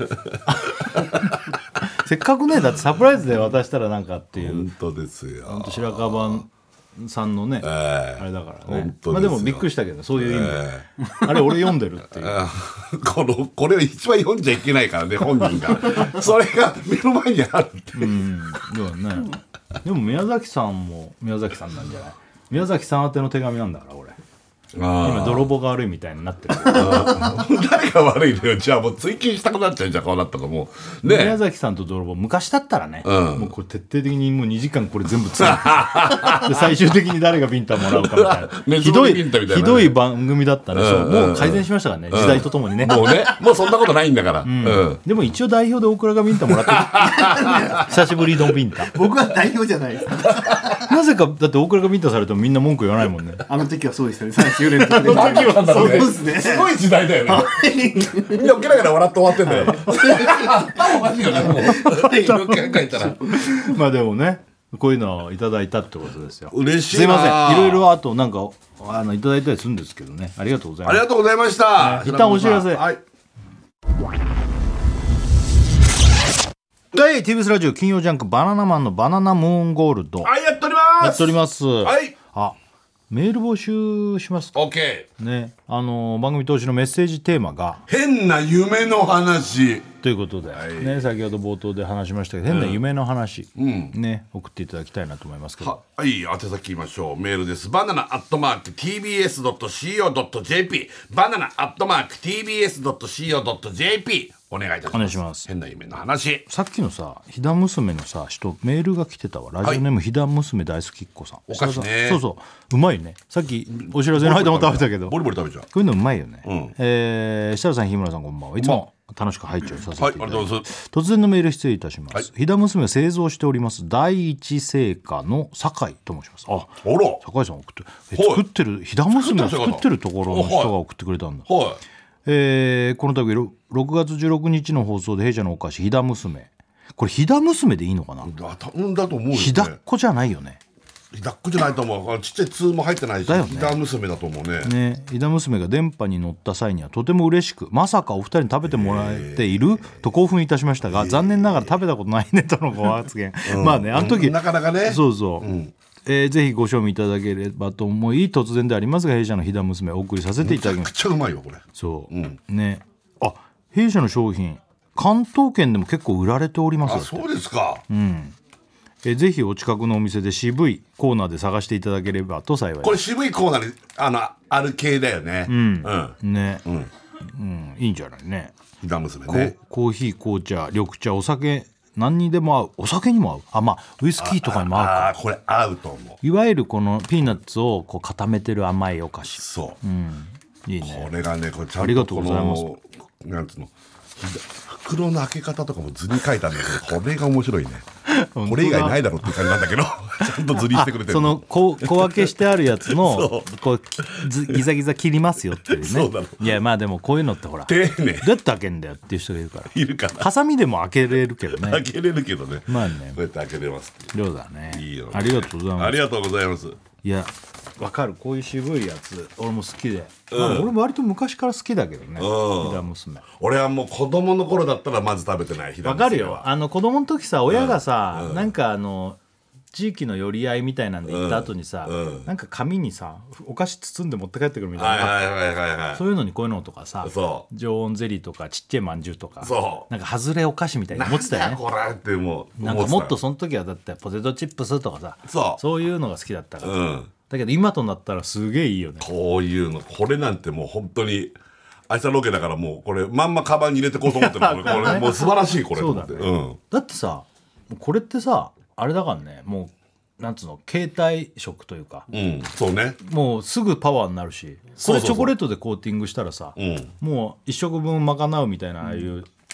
せっかくねだってサプライズで渡したらなんかっていう本当ですよほんと白樺さんのね、 えーあれだからね本当ですよまあでもびっくりしたけどそういう意味で、 えあれ俺読んでるっていうこのこれを一番読んじゃいけないからね本人がそれが目の前にあるっていう、 うんそうだねでも宮崎さんも宮崎さんなんじゃない宮崎さん宛ての手紙なんだから俺今泥棒が悪いみたいになってる誰が悪いのよじゃあもう追求したくなっちゃうじゃんこうなったらもうね宮崎さんと泥棒昔だったらね、 うんもうこれ徹底的にもうにじかんこれ全部詰めてで最終的に誰がビンタもらうかみたいなねひどいビンタみたいなねひどい番組だったね、そううんもう改善しましたからね、時代とともにね、 もうねもうそんなことないんだから、うんうんでも一応代表で大倉がビンタもらってる久しぶりのビンタ僕は代表じゃないですなぜかだって大倉がビンタされてもみんな文句言わないもんねあの時はそうでしたねさんじゅうよねんの時マキなんだろうねそうですねすごい時代だよねみんな受けながら笑って終わってんだよ頭おかしいよねもうよく考えたらまあでもねこういうのをいただいたってことですよ。 嬉しいなすいませんいろいろあとなんかあのいただいたりするんですけどねありがとうございます。 ありがとうございました、 ね一旦お知らせはいはい ティービーエス ラジオ金曜ジャンクバナナマンのバナナムーンゴールドはいやっておりますやっております。 はいあメール募集しますか OK ねあの番組投資のメッセージテーマが変な夢の話ということで、 はいね先ほど冒頭で話しましたけど変な夢の話、 うんね送っていただきたいなと思いますけど。 ははい宛先言いましょうメールですバナナアットマーク ティービーエスドットシーオードットジェーピー バナナアットマーク ティービーエスドットシーオードットジェーピー お願いいたします。 お願いします変な夢の話さっきのさひだ娘のさ人メールが来てたわラジオネームひだ娘大好きっ子さん、 お菓子ねそうそううまいねさっきお知らせの間も食べたけどこボリボリ食べちゃうういうのうまいよね、 うんえー設楽さん日村さんこんばんはいつも楽しく拝聴させていただいて、 はいありがとうございます突然のメール失礼いたします、 はいひだ娘を製造しております第一製菓の酒井と申します。ああら酒井さん送ってえはい作ってるひだ娘を作ってる作ってるところの人が送ってくれたんだ、 はえーこの度ろろくがつじゅうろくにちの放送で弊社のお菓子ひだ娘これひだ娘でいいのかないだ多分だと思うよねひだっこじゃないよね。 ひだっこじゃないと思うあのちっちゃい「つ」も入ってないしだよねひだ娘だと思うねねひだ娘が電波に乗った際にはとても嬉しくまさかお二人に食べてもらえていると興奮いたしましたが残念ながら食べたことないねとのご発言、まあねあの時、 うんなかなかねそうそう、 んえーぜひご賞味いただければと思い突然でありますが弊社のひだ娘をお送りさせていただきます。 めちゃくちゃうまいよこれそう、 うんねあ弊社の商品関東圏でも結構売られておりますあそうですかうんえーぜひお近くのお店で渋いコーナーで探していただければと幸いです。 これ渋いコーナーにあのある系だよねうんうんね、 うんうん、いいんじゃないね。 ひだ娘こねコーヒー紅茶緑茶お酒何にでも合うお酒にも合うあまあウイスキーとかにも合うかああこれ合うと思ういわゆるこのピーナッツをこう固めてる甘いお菓子、 そううん、いいねこれがねこれちゃんありがとことうございますのなんつうの袋の開け方とかも図に書いたんだけどこれが面白いねこれ以外ないだろうっていう感じなんだけどちゃんと図にしてくれてるその小小分けしてあるやつのそこうきずギザギザ切りますよっていうねそうだろいやまあでもこういうのってほらどう丁寧やって開けんだよっていう人がいるからいるかなハサミでも開けれるけどね開けれるけどねまあねこうやって開けれます量だねいいよねありがとうございますありがとうございますいやわかるこういう渋いやつ俺も好きで、まあ、俺も割と昔から好きだけどねひだ娘俺はもう子供の頃だったらまず食べてないひだわ娘はかるよあの子供の時さ親がさ、なんかあの地域の寄り合いみたいなんで行った後にさ、 うんなんか紙にさお菓子包んで持って帰ってくるみたいな、 はいはいはいはいはいそういうのにこういうのとかさそう常温ゼリーとかちっちゃいまんじゅうとかそうなんか外れお菓子みたいに持ってたよねなんだよこれってもうなんかもっと思その時はだってポテトチップスとかさそうそういうのが好きだったから、 うんだけど今となったらすげえいいよねこういうのこれなんてもう本当にあいつはロケだからもうこれまんまカバンに入れてこうと思ってるこれこれもう素晴らしいこれと思ってそうだねだってさこれってさあれだからねもうなんつうの携帯食というかうん、うん、そうねもうすぐパワーになるしこそうそうそうれチョコレートでコーティングしたらさうんもう一食分賄うみたいなああいう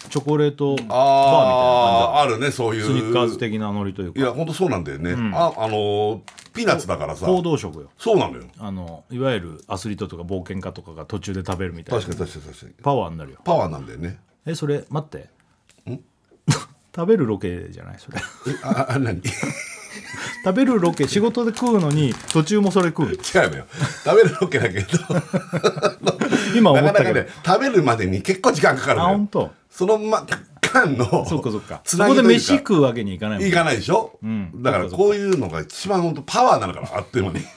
チョコレートバーみたいなあああ感るねそういうじスニッカーズ的なノリというかいや本当そうなんだよね、ああのピーナッツだからさ行動食よ。 そうなのよあのいわゆるアスリートとか冒険家とかが途中で食べるみたいな確かに確かに確かにパワーになるよ。 パワーなんだよねえそれ待って食べるロケじゃないそれえああ何食べるロケ仕事で食うのに途中もそれ食う違うのよ食べるロケだけど今思なったけどかなかね食べるまでに結構時間かかるのよあ本当そのま間のそっかそっかつそこでなぎというか飯食うわけにいかないもんいかないでしょ、 んだからこういうのが一番本当パワーなのかなあっという間に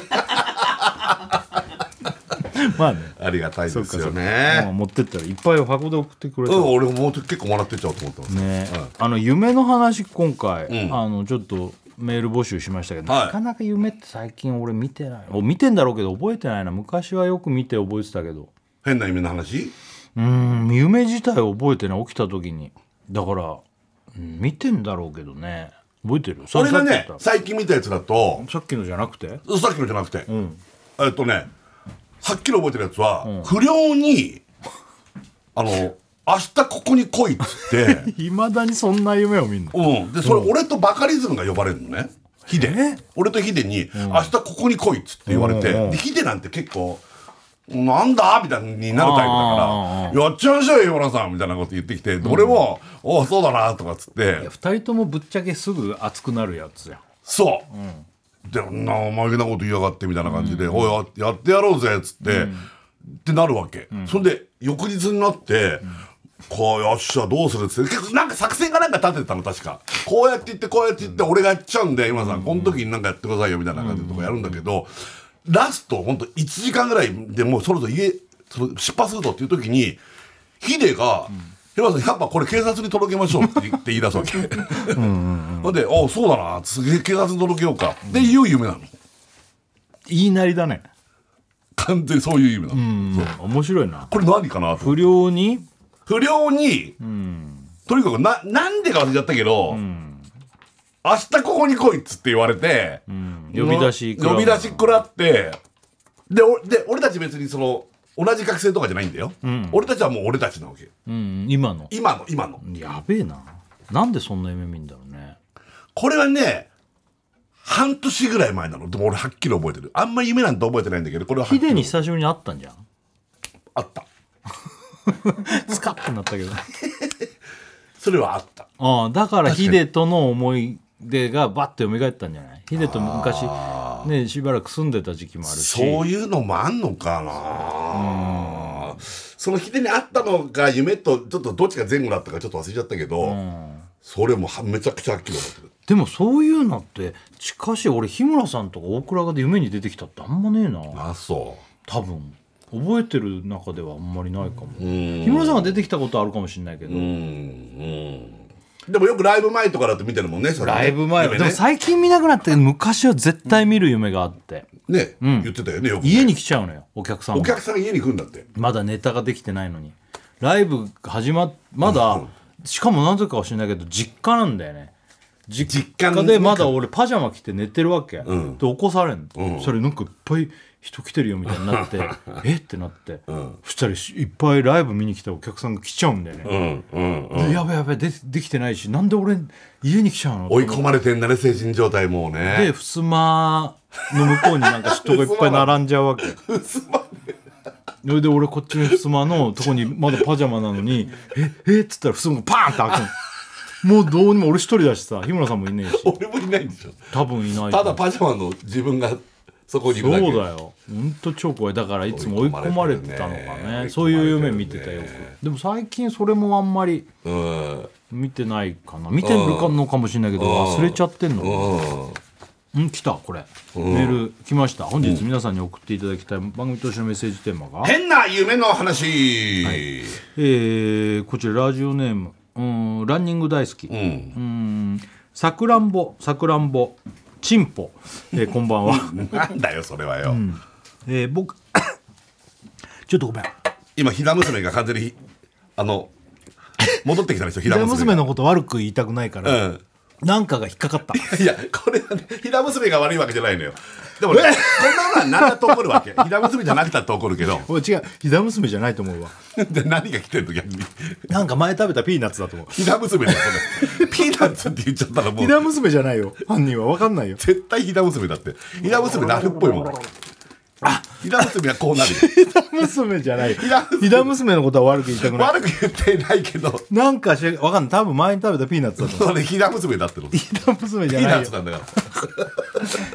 まあねありがたいですよまあね持ってったらいっぱい箱で送ってくれたうん俺ももう結構もらってっちゃおうと思ってますね、 うんあの夢の話今回、 うんあのちょっとメール募集しましたけど、 はいなかなか夢って最近俺見てないお見てんだろうけど覚えてないな。昔はよく見て覚えてたけど変な夢の話うーん夢自体覚えてない起きた時にだから、うん、見てんだろうけどね覚えてる俺がねさっき最近見たやつだとさっきのじゃなくてさっきのじゃなくて、 んえっとねはっきり覚えてるやつは、不良にあの明日ここに来いっつっていまだにそんな夢を見んのうんでそれ、俺とバカリズムが呼ばれるのねヒデ俺とヒデに、明日ここに来いっつって言われて、 うんうんでヒデなんて結構なんだみたいになるタイプだあからやっちゃいましょうよ山田さんみたいなこと言ってきて、俺もおそうだなとかっつってふたりともぶっちゃけすぐ熱くなるやつじゃんそう、でんなお前なこと言いやがってみたいな感じで、おいややってやろうぜっつって、ってなるわけ、そんで翌日になって、こうよっしゃどうするっつって結構なんか作戦がなんか立ててたの確かこうやって言ってこうやって言って俺がやっちゃうんで今さんこの時になんかやってくださいよみたいな感じとかやるんだけど、ラストほんといちじかんぐらいでもうそろそろ家その出発するぞっていう時にヒデが「日村さんやっぱこれ警察に届けましょう」って言って言い出すわけほんで「おそうだなすげえ警察に届けようか」でいう夢なの言いなりだね完全にそういう夢なの、 うん面白いな。 これ何かなと不良に不良に、とにかくななんでか忘れちゃったけど、明日ここに来いっつって言われて、 呼び出し呼び出し食らってでおで俺たち別にその同じ学生とかじゃないんだよ、俺たちはもう俺たちなわけうん今の今の今のやべえな。なんでそんな夢見んだろうね。 これはね半年ぐらい前なの。でも俺はっきり覚えてる。あんま夢なんて覚えてないんだけどこれははっきりヒデに久しぶりに会ったんじゃん。 あったスカッてなったけどそれはあったああだからヒデとの思い出がバッて蘇ったんじゃない。ヒデと昔ねしばらく住んでた時期もあるしそういうのもあんのかな。そのヒデに会ったのが夢とちょっとどっちが前後だったかちょっと忘れちゃったけど、それもはめちゃくちゃはっきり覚えてる。 でもそういうのってしかし俺日村さんとか大倉がで夢に出てきたってあんまねえな。 あそ多分覚えてる中ではあんまりないかも。 ううん日村さんが出てきたことあるかもしれないけど、 うんうんでもよくライブ前とかだと見てるもんね。それねライブ前は、 夢ねでも最近見なくなったけど昔は絶対見る夢があって、 ね、 ん言ってたよねよくね家に来ちゃうのよお客さんおが。 客さんが家に来るんだって。 まだネタができてないのにライブ始まっまだしかも何故かは知らないけど実家なんだよね。実家家でまだ俺パジャマ着て寝てるわけ、 んで起こされんの、 うんそれなんかいっぱい人来てるよみたいになってえってなって、 んそしたらいっぱいライブ見に来たお客さんが来ちゃうんだよね、 うんうんうんでやべやべでできてないしなんで俺家に来ちゃうの追い込まれてんだね精神状態もうでね。 襖の向こうになんか人がいっぱい並んじゃうわけそれで俺こっちの襖のとこにまだパジャマなのにええっつったら襖がパーンって開くのもうどうにも俺一人だしさ日村さんもいねえし俺もいないんでしょ。 多分いないただパジャマの自分がそこにいるだけ。 そうだよほんと超怖い。だからいつも追い込まれてたのかね追い込まれてるねそういう夢見てたよく。でも最近それもあんまりうん見てないかな。見てるかのかもしれないけど忘れちゃってんのかな。 うんうん来たこれ、メール来ました。本日皆さんに送っていただきたい番組投資のメッセージテーマが、 変な夢の話、 えーこちらラジオネームうんランニング大好き、 うんうんさくらんぼさくらんぼチンポ、えーこんばんは、 なんだよそれはよ、 えー僕ちょっとごめん今ひだ娘が完全にあの戻ってきたんですよひだひだ娘娘のこと悪く言いたくないから、 うんなんかが引っかかった。 いやこれはねひだ娘が悪いわけじゃないのよ。 でもねこんなのは何だと怒るわけ。ひだ娘じゃなくたって怒るけどおい違うひだ娘じゃないと思うわ。 で何が来てんの逆に。 なんか前食べたピーナッツだと思う。 ひだ娘だよそれピーナッツって言っちゃったらもうひだ娘じゃないよ犯人は分かんないよ。 絶対ひだ娘だって。ひだ娘なるっぽいもん。あ、ひだ娘はこうなるよ。 ひだ娘じゃない。 ひだ娘ひだ娘のことは悪く言いたくない。 悪く言ってないけどなんかし分かんない。多分前に食べたピーナッツだと思う。 それひだ娘だっての。ひひだ娘じゃないよだナッツ。なんだから。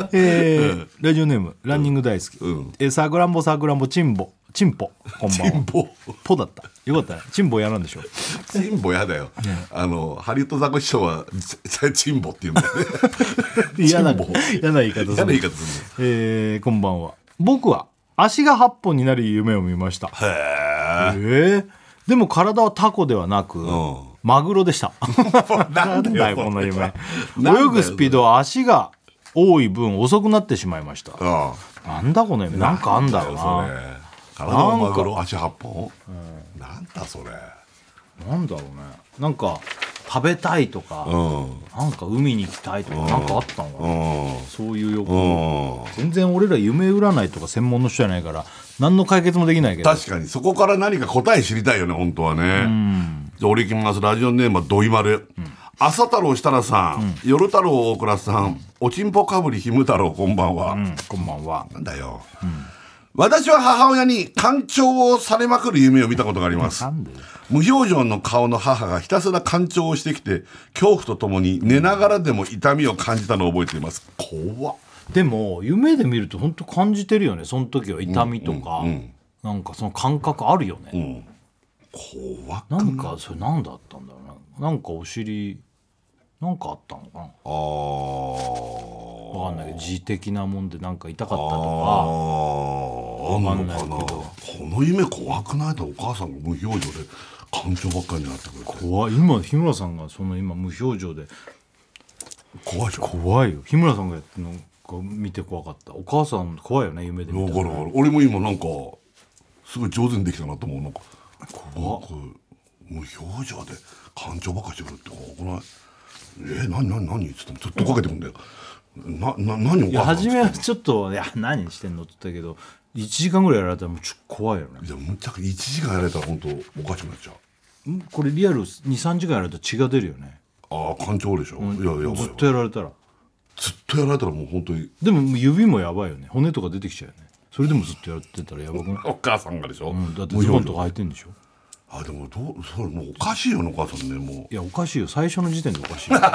えーラジオネームランニング大好き、 うんえーさくらんぼさくらんぼチンボチンポこんばんは。 チンポポだったよかったね。チンボやなんでしょう。 チンボやだよ。あのハリウッドザコシショウはチチンボって言うんだよね。 嫌なチンボ嫌な言い方する。 嫌な言い方すえーこんばんは。僕は足がはっぽんになる夢を見ました。 るの。へえーでも体はタコではなく、 んマグロでした。 え。なんだよこの夢。 なんだよ泳ぐスピードは足が多い分遅くなってしまいました。 うん。 なんだこの夢。なんかあんだろうそな。 れ。体はマグロ足はっぽん。なんだそれ。 なんだろうね。なんか食べたいとか、 うん。 なんか海に行きたいとか、なんかあったのかな。 うん。 そういう欲。 うん。 全然俺ら夢占いとか専門の人じゃないから何の解決もできないけど。 確かにそこから何か答え知りたいよね本当はね。じゃあ俺いきます。ラジオネームはドイマル。朝太郎設楽さん、夜太郎大倉さん、おちんぽかぶりひむ太郎こんばんは。 うんこんばんは。 なんだよ、私は母親に干潮をされまくる夢を見たことがあります。 なんで無表情の顔の母がひたすら干潮をしてきて恐怖とともに寝ながらでも痛みを感じたのを覚えています。怖っ。 でも夢で見ると本当感じてるよね。その時は痛みとか、なんかその感覚あるよね。 怖っ。 なんかそれ何だったんだろうな。なんかお尻なんかあったのかな。 あーわかんないけど自的なもんでなんか痛かったとあか。 ーあんのかな。 わかんないけどこの夢怖くないと。お母さんが無表情で感情ばっかりになってくる。 怖い。今日村さんがその今無表情で怖いでしょ。 怖いよ。日村さんがやってるのが見て怖かった。お母さん怖いよね夢で見たら。 だから俺も今なんかすごい上手にできたなと思う。なんか怖っ。 なんか無表情で感情ばっかりしてくるって怖くない。え何何何って言ってもずっとかけてくんだよ。なな何おいや母さん初めはちょっといや何してんのって言ったけどいちじかんぐらいやられたらもうちょっと怖いよね。 いやむちゃくちゃいちじかんやられたら本当おかしくなっちゃう。 んこれリアルにさんじかんやられたら血が出るよね。 ああ感情でしょ、いやいやずっとやられたら。 ずっとやられたらもう本当にでも指もやばいよね。骨とか出てきちゃうよね。それでもずっとやってたらやばくない？ お母さんがでしょ、 うん、だってズボンとか履いてんでしょ。 あでもどうそれもうおかしいよねお母さんね。もういやおかしいよ。最初の時点でおかしいよ。い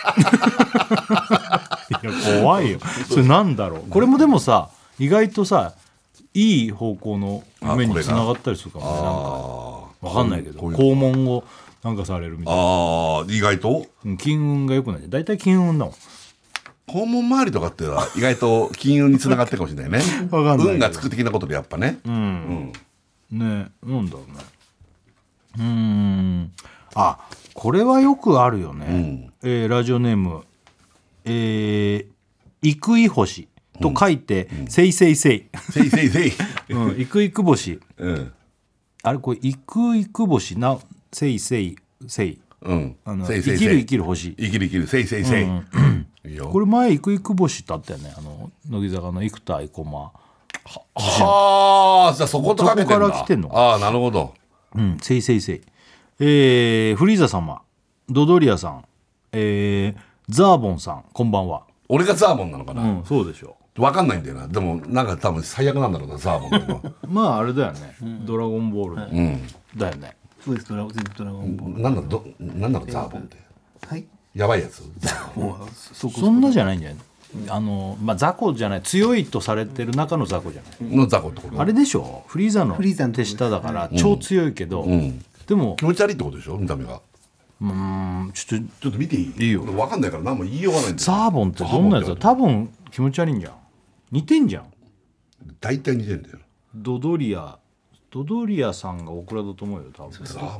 や怖いよ。それなんだろう。これもでもさ意外とさいい方向の夢につながったりするかもね。なんかわかんないけどこういうこういう肛門をなんかされるみたいな。 ああ意外とうん金運が良くない。だいたい金運だもん。 肛門周りとかっていうのは意外と金運につながってるかもしれないね。 わかんないけど運がつく的なことでやっぱね。 うん、 うんねなんだろうね。うーんあこれはよくあるよね。 うんえーラジオネームえー、いくい星と書いて、せいせいせい、 せいせいせい。 うん、いくいく星。 うんあれこれいくいく星なせいせいせい、 うんあのせいせいせい生きる生きる星。 生きる生きるせいせいせい。いいよ。 これ前いくいく星ってあったよね。あの乃木坂の生田生駒。 はあじゃあそことかけてんだ。 そこから来てんのああなるほど。 うん、せいせいせい。えー、フリーザ様、ドドリアさん、えー、ザーボンさん、こんばんは。 俺がザーボンなのかな、 うん、そうでしょわかんないんだよな。でもなんか多分最悪なんだろうなザーボンっていうのは。 う。まああれだよね、ドラゴンボールの、 うんだよね。 そうですドラゴンドラゴンボールなんだどなんだろうザーボンってはいやばいやつ。 もうそこそんなじゃないんじゃない。あのまあ雑魚じゃない、強いとされてる中の雑魚じゃない。 のザコってこと。 あれでしょ、フリーザのフリーザのとこ手下だから超強いけど、 んでも気持ち悪いってことでしょ見た目が。 うーんちょっとちょっと見ていい？ いいよ俺わかんないから何も言いようがないんだよ。 ザーボンってどんなやつだ。多分気持ち悪いんじゃん。似てんじゃん。 大体似てんだよ。 ドドリアドドリアさんがオクラだと思うよ多分。 ザーボン。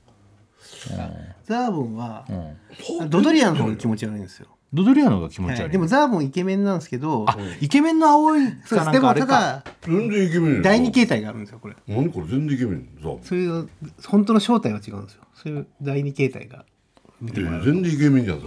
ザーボンは、 うんドドリアの方が気持ち悪いんですよ、 ドドリアの方が気持ち悪い、 はい、でもザーボンイケメンなんですけどあイケメンの青いかなんそうですでもかあれか。 ただ全然イケメンよ。 第二形態があるんですよこれ。 何これ全然イケメンザーボン。 そういう本当の正体は違うんですよ。そういう第二形態が見ていもらうとや全然イケメンじゃんザーボン。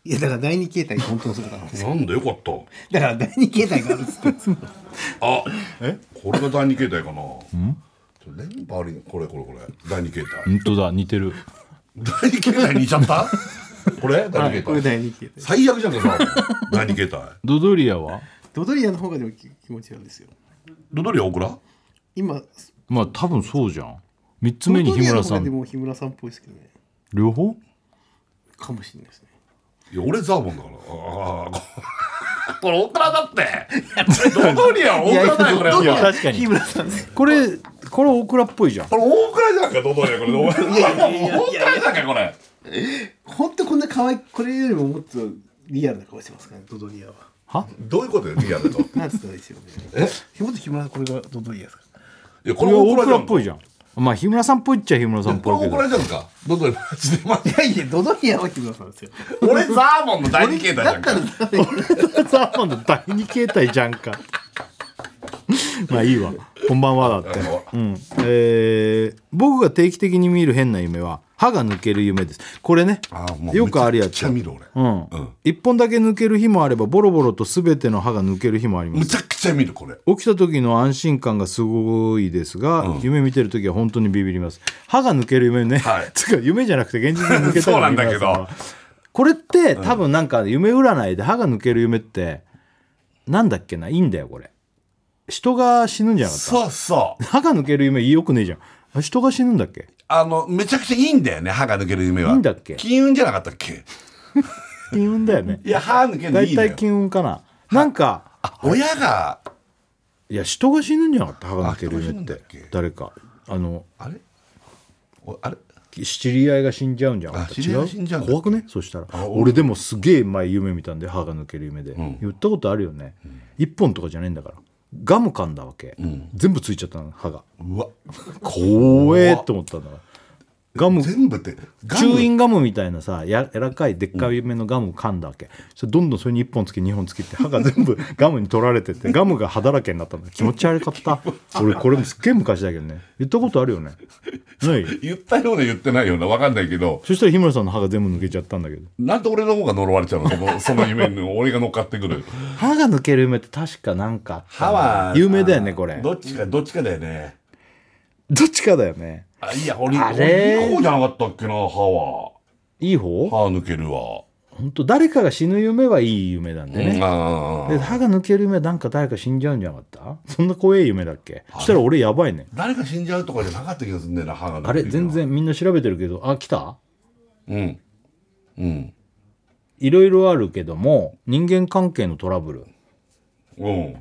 いやだから第二形態が本当のそうだからなんだよかった。 だから第二形態があるっつってあ、 えこれが第二形態かな。うん連覇あり、これこれこれ第二形態。 本当だ似てる。 第二形態にいちゃったこれ第二これ形態。 第二形態最悪じゃんかさ。第二形態。 ドドリアはドドリアの方がでも気気持ち悪いですよドドリアオクラ？ 今まあ多分そうじゃん。みっつめに日村さドドリアの方がでんも日村さんっぽいですけどね両方かもしれないですねいや俺ザーボンだから。ああ。これオクラだって。ドドリアオクラだよこれ。 ドドリア確かに日村さんですこれこれオクラっぽいじゃん。 これ大倉じゃんかドドリアこれ。お前いやいやいやいや大倉じゃんかこれ。 本当こんな可愛いこれよりももっとリアルな顔してますからねドドリアははどういうことよリアルと。 なんつったらいいですよねえ？ もっと日村これがドドリアですかいやここれオクれ大倉じゃんラっぽいじゃん。まあ日村さんっぽいっちゃ日村さんっぽいけどこれ大倉じゃんか。ドドリアマジでマジいやいやドドリアは日村さんですよで。俺ザーボンの第二形態じゃんか。 だったらダメザーマンの第二形態じゃんか。まあいいわ。こんばんはだって。うんえー僕が定期的に見る変な夢は歯が抜ける夢です。これねあーもうよくあるやめちつ。 ゃくちゃ見る俺。 うんうん一本だけ抜ける日もあればボロボロと全ての歯が抜ける日もあります。 むちゃくちゃ見るこれ。 起きた時の安心感がすごいですが、夢見てる時は本当にビビります。歯が抜ける夢ね、 はいつか夢じゃなくて現実に抜けたそうなんだけど日村さんはこれって多分なんか夢占いで歯が抜ける夢ってなんだっけないいんだよこれ。人が死ぬんじゃなかった？ そうそう。 歯が抜ける夢よくねえじゃん。あ人が死ぬんだっけ？ あのめちゃくちゃいいんだよね歯が抜ける夢は。 いいんだっけ金運じゃなかったっけ？ 金運だよね。 いや歯抜けるのい大いのよ。 体金運かな。なんかあ親がいや人が死ぬんじゃなかった歯が抜けるあ人が死夢ってぬんだっけ誰かあのあれおあれ知り合いが死んじゃうんじゃなかった。 あ知り合いが死んじゃうんだ怖くねそしたらあ俺でもすげえ前夢見たんで歯が抜ける夢で、 ん言ったことあるよね、一本とかじゃねえんだからガム噛んだわけ、 ん全部ついちゃったの歯がうわ怖えって思ったんだからガム全部ってガムチューインガムみたいなさややらかいでっかいめのガム噛んだわけ、それどんどんそれにいっぽんつけにほんつけて歯が全部ガムに取られててガムが歯だらけになったんだ。気持ち悪かった俺これもすっげえ昔だけどね言ったことあるよねない言ったような言ってないような分かんないけどそしたら日村さんの歯が全部抜けちゃったんだけどなんで俺の方が呪われちゃうのそのその夢に俺が乗っかってくる。 歯が抜ける夢って確かなんかあった歯は有名だよねこれ。 どっちかどっちかだよね。 どっちかだよね。 あいや俺あれ俺いい方じゃなかったっけな歯はいい方歯抜けるわ。 本当誰かが死ぬ夢はいい夢なんでね、 うんあで歯が抜ける夢はなんか誰か死んじゃうんじゃなかったそんな怖い夢だっけ。そしたら俺やばいね。 誰か死んじゃうとかじゃなかった気がするんだよな歯が抜けるあれ全然みんな調べてるけどあ来たうんうんいろいろあるけども人間関係のトラブルうん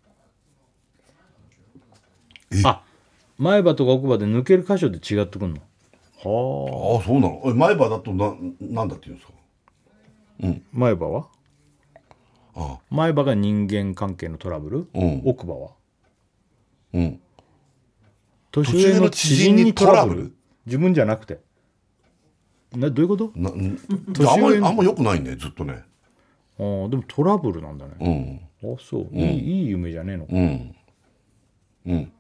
あ前歯とか奥歯で抜ける箇所で違ってくんの。はあああそうなの。え前歯だとななんだって言うんですか。 前歯はあ前歯が人間関係のトラブル、 うん奥歯はうん年上の知人にトラブル自分じゃなくてなどういうことなうん年上あんまりあんま良くないねずっとね。 あーでもトラブルなんだね。 うんあそう、いいいい夢じゃねえのか、 うんうん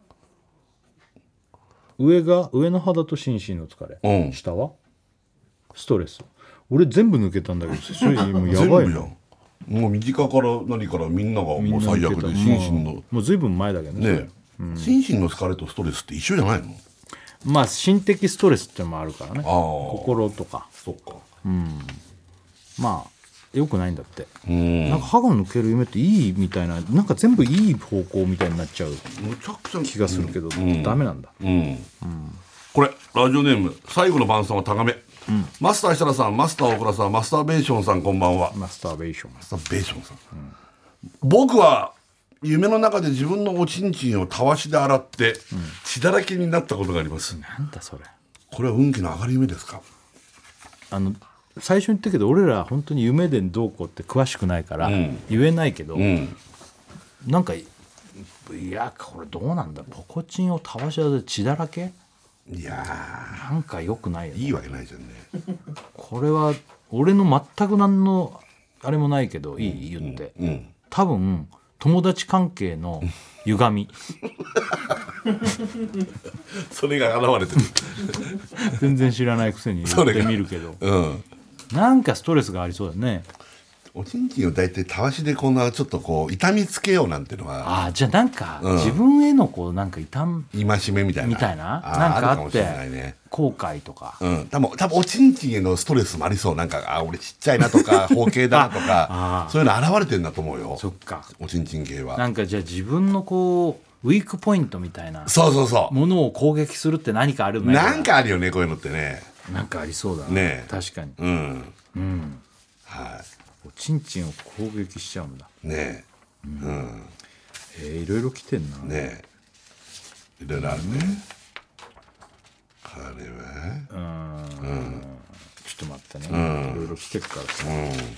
上が上の歯だと心身の疲れ、 うん下はストレス。俺全部抜けたんだけどそれもうや全ばいな。 部じゃん。もう身近から何からみんながみんもう最悪な抜けたで心身のもうもうずいぶん前だけどねねえ心身の疲れとストレスって一緒じゃないの。 まあ心的ストレスってのもあるからね。 ああ心とかそっか。 まあよくないんだって、 うんなんか歯が抜ける夢っていいみたいななんか全部いい方向みたいになっちゃうむちゃくちゃ気がするけど、 んダメなんだ。 うんこれラジオネーム最後の晩餐は高め、マスター設楽さんマスター大倉さんマスターベーションさんこんばんは。 マスターベーション。 マスターベーションさん、僕は夢の中で自分のおちんちんをたわしで洗って血だらけになったことがあります、 なんだそれ。 これは運気の上がる夢ですか。 あの最初に言ったけど俺ら本当に夢でどうこうって詳しくないからん言えないけど、 うんなんかいやこれどうなんだポコチンをたわしで血だらけいやなんか良くないよね。 ーいいわけないじゃんね。 これは俺の全く何のあれもないけどいい言って、 うん多分友達関係の歪みそれが現れてる全然知らないくせに言ってみるけどうんなんかストレスがありそうだね。 おちんちんを大体たわしでこんなちょっとこう痛みつけようなんていうのはああじゃあなんか、 うん自分へのこうなんか痛み戒めみたいなみたいなあーなんかあっあるかもしれなていね。 後悔とか、 うん、多分多分おちんちんへのストレスもありそう。なんかあ俺ちっちゃいなとか包茎だなとあかそういうの現れてるんだと思うよ。 そっか。 おちんちん系はなんかじゃあ自分のこうウィークポイントみたいなそうそうそうものを攻撃するって何かあるんだよなんかあるよねこういうのってね。 なんかありそうだな、 ねえ確かに。 うんうんはおちんちんを攻撃しちゃうんだ。 いねえうんえー、いろいろ来てんな。 ねえいろいろあるね。これはうーんちょっと待ってね、いろいろ来てるからさ、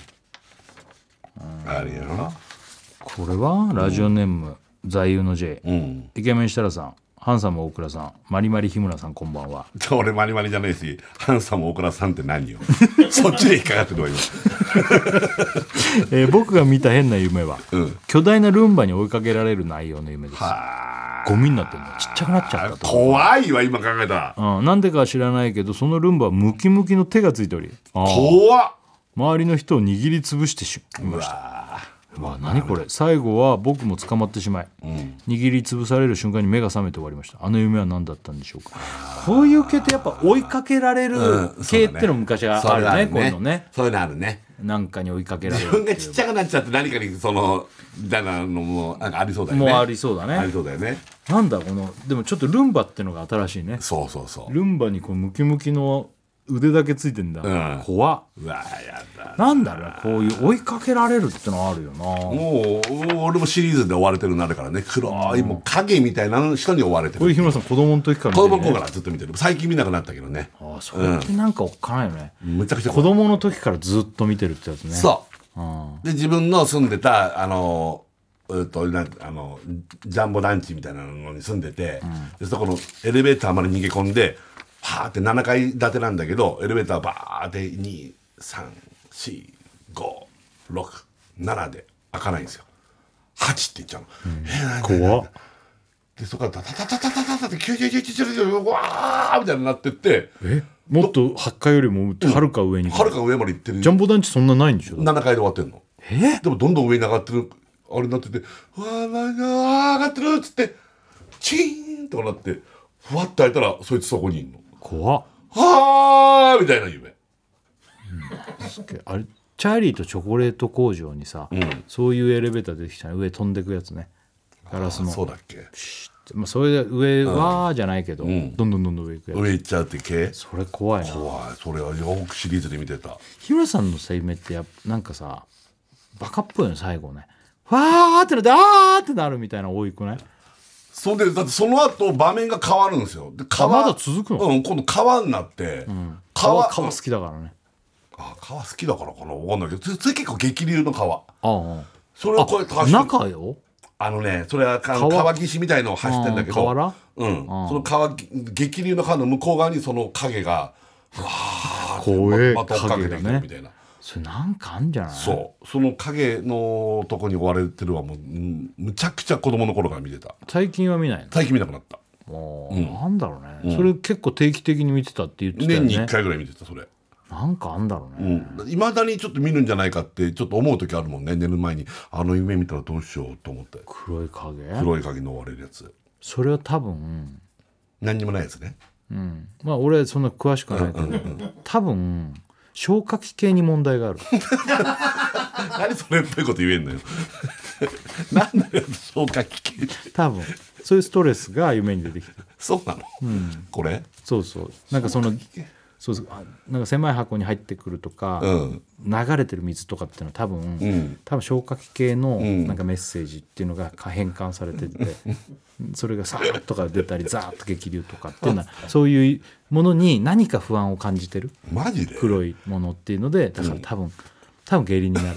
あるよ。 これはラジオネーム、座右の J、 うんイケメン設楽さん、ハンサム大倉さん、マリマリ日村さん、こんばんは。 俺マリマリじゃないしハンサム大倉さんって何よそっちで引っかかってるわ今。 えー僕が見た変な夢は、 うん巨大なルンバに追いかけられる内容の夢です。 はゴミになってるのちっちゃくなっちゃったと。 怖いわ今考えたら。 うん、なんでかは知らないけどそのルンバはムキムキの手がついており、あー怖っ。 周りの人を握りつぶしてしまいました。うわ何これ。最後は僕も捕まってしまい、握りつぶされる瞬間に目が覚めて終わりました。あの夢は何だったんでしょうか。こういう系ってやっぱ追いかけられる系っての昔はあるね、こういうのね。 そういうのあるね。 なんかに追いかけられる自分がちっちゃくなっちゃって何かにそのみたいなのもなんかありそうだよね。 もうありそうだね。 ありそうだよね。 なんだこのでもちょっとルンバってのが新しいね。 そうそうそう。 ルンバにこうムキムキの腕だけついてんだ、 うん怖っ。 うわやだ。 なんだろうこういう追いかけられるってのあるよな。 もう俺もシリーズで追われてるのあるからね。黒いもう影みたいな人に追われてる。 これ日村さん子供の時から見てるね子供の頃からずっと見てる。最近見なくなったけどね。 ああそれってなんかおっかないよね、 むちゃくちゃ子供の時からずっと見てるってやつね。 そううんで自分の住んでたあのえっとなんかあのジャンボ団地みたいなのに住んでて、でそこのエレベーターまで逃げ込んでパーってななかい建てなんだけどエレベーターバーってにさんしごろくななで開かないんですよ。はちって言っちゃうの、えー、 怖っ。 でそこからタタタタタタタってキュキュキュキュキュキュわーみたいになってってえもっとはちかいよりもはるか上に、 はるか上まで行ってるジャンボ団地そんなないんでしょ。 ななかいで終わってんの。 えでもどんどん上に上がってるあれになってて「うわーなんかあー上がってる」っつってチーンとかなってふわって開いたらそいつそこにいんの。 怖っ。 はーみたいな夢。 あれチャーリーとチョコレート工場にさ、 んそういうエレベーター出てきたら上飛んでくやつね、ガラスの。 そうだっけ。 まあ、それで上はじゃないけど、 んどんどんどんどん上行くやつ。 上行っちゃうって系。 それ怖いな。 怖い。それはよくシリーズで見てた。 日村さんのさ夢ってやっぱなんかさバカっぽいの最後ね、わーってなってあーってなるみたいな多いくない。 そんでだってその後場面が変わるんですよ。で川まだ続くの。 うん今度川になって、 川川川好きだからね。 あ川好きだからかな分かんないけどそそれ結構激流の川。 ああそれをこうやって走って中よ。 あのねそれはか川川岸みたいのを走ってんだけど、 あー河原うん、その川激流の川の向こう側にその影が怖えまた追っかけてきてるみたいな、 それなんかあんじゃない。 そうその影のとこに追われてるはもう、うんむちゃくちゃ子供の頃から見てた。 最近は見ないの。 最近見なくなった。 もう、なんだろうね、それ結構定期的に見てたって言ってたよ年にいっね。 かいぐらい見てたそれ。 なんかあんだろうね、 いま、だにちょっと見るんじゃないかってちょっと思う時あるもんね。寝る前にあの夢見たらどうしようと思って。 黒い影。 黒い影の追われるやつ。 それは多分、 何にもないやつね。 うん、まあ俺そんな詳しくないけど、多分消化器系に問題がある。 何それっぽいこと言えんのよ。なんだよ消化器系って多分そういうストレスが夢に出てきてる。 そうなの、これそうそうなんかそのそうそうあなんか狭い箱に入ってくるとか、 うん流れてる水とかっていうのは多分、 ん多分消化器系のんなんかメッセージっていうのが変換されてて、それがさーっとか出たりザーッと激流とかっていうのはそういうものに何か不安を感じてるマジで黒いものっていうのでだから多分、多分下痢になる。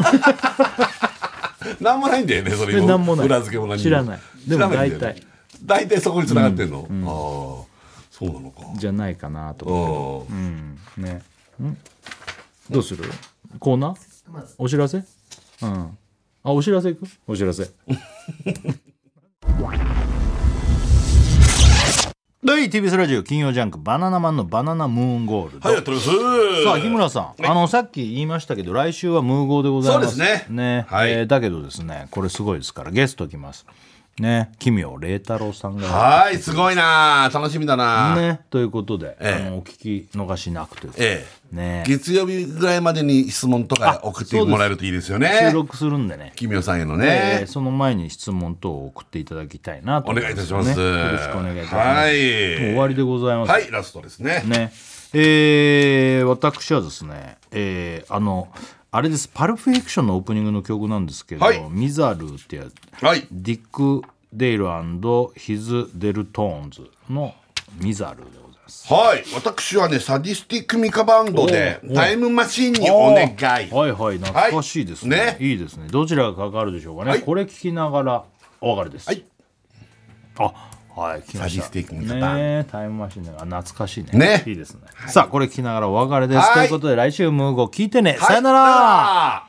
なんもないんだよねそれなんもない裏付けも何も知らない。でも知らないんだよね大体大体そこに繋がってんの、ああそうなのか。 じゃないかなと思って。 うんうんね、んどうするコーナーお知らせ、うん、あお知らせいくお知らせ。 はい、ティービーエス ラジオ金曜ジャンクバナナマンのバナナムーンゴールド。 はい、やってます。 さあ日村さん、あのさっき言いましたけど来週はムーゴーでございます。 そうですね。 ね、 はい、 えー、だけどですね、これすごいですからゲスト来ます。ね、奇妙麗太郎さんがはい、すごいな、楽しみだな。 ね、ということで、 ええ、 あのお聞き逃しなくということで、 で、 ええ、 ね、 月曜日ぐらいまでに質問とか送ってもらえるといいですよね。 収録するんでね、 奇妙さんへのね、 えー、その前に質問等を送っていただきたいなと思います、ね、 お願いいたします。 よろしくお願いいたします。 はい、もう終わりでございます。 はい、ラストですね。 ね、えー、私はですね、えー、あのあれです、パルプフィクションのオープニングの曲なんですけど、はい、ミザルってやつ、はい、ディック・デイル&ヒズ・デルトーンズのミザルでございます。 はい、私はねサディスティックミカバンドでタイムマシンにお願い。 はいはい、懐かしいですね、はい、ね、いいですね。どちらがかかるでしょうかね、はい、これ聞きながらお別れです。はい、あ、はい、聞きました。 サディスティックミカバンド、 ね、タイムマシンね、あ、懐かしいね。 ね、 いいですね、 はい、 さあこれ聞きながらお別れです、はい、ということで来週ムーゴー聞いてね、 はい、 さよなら。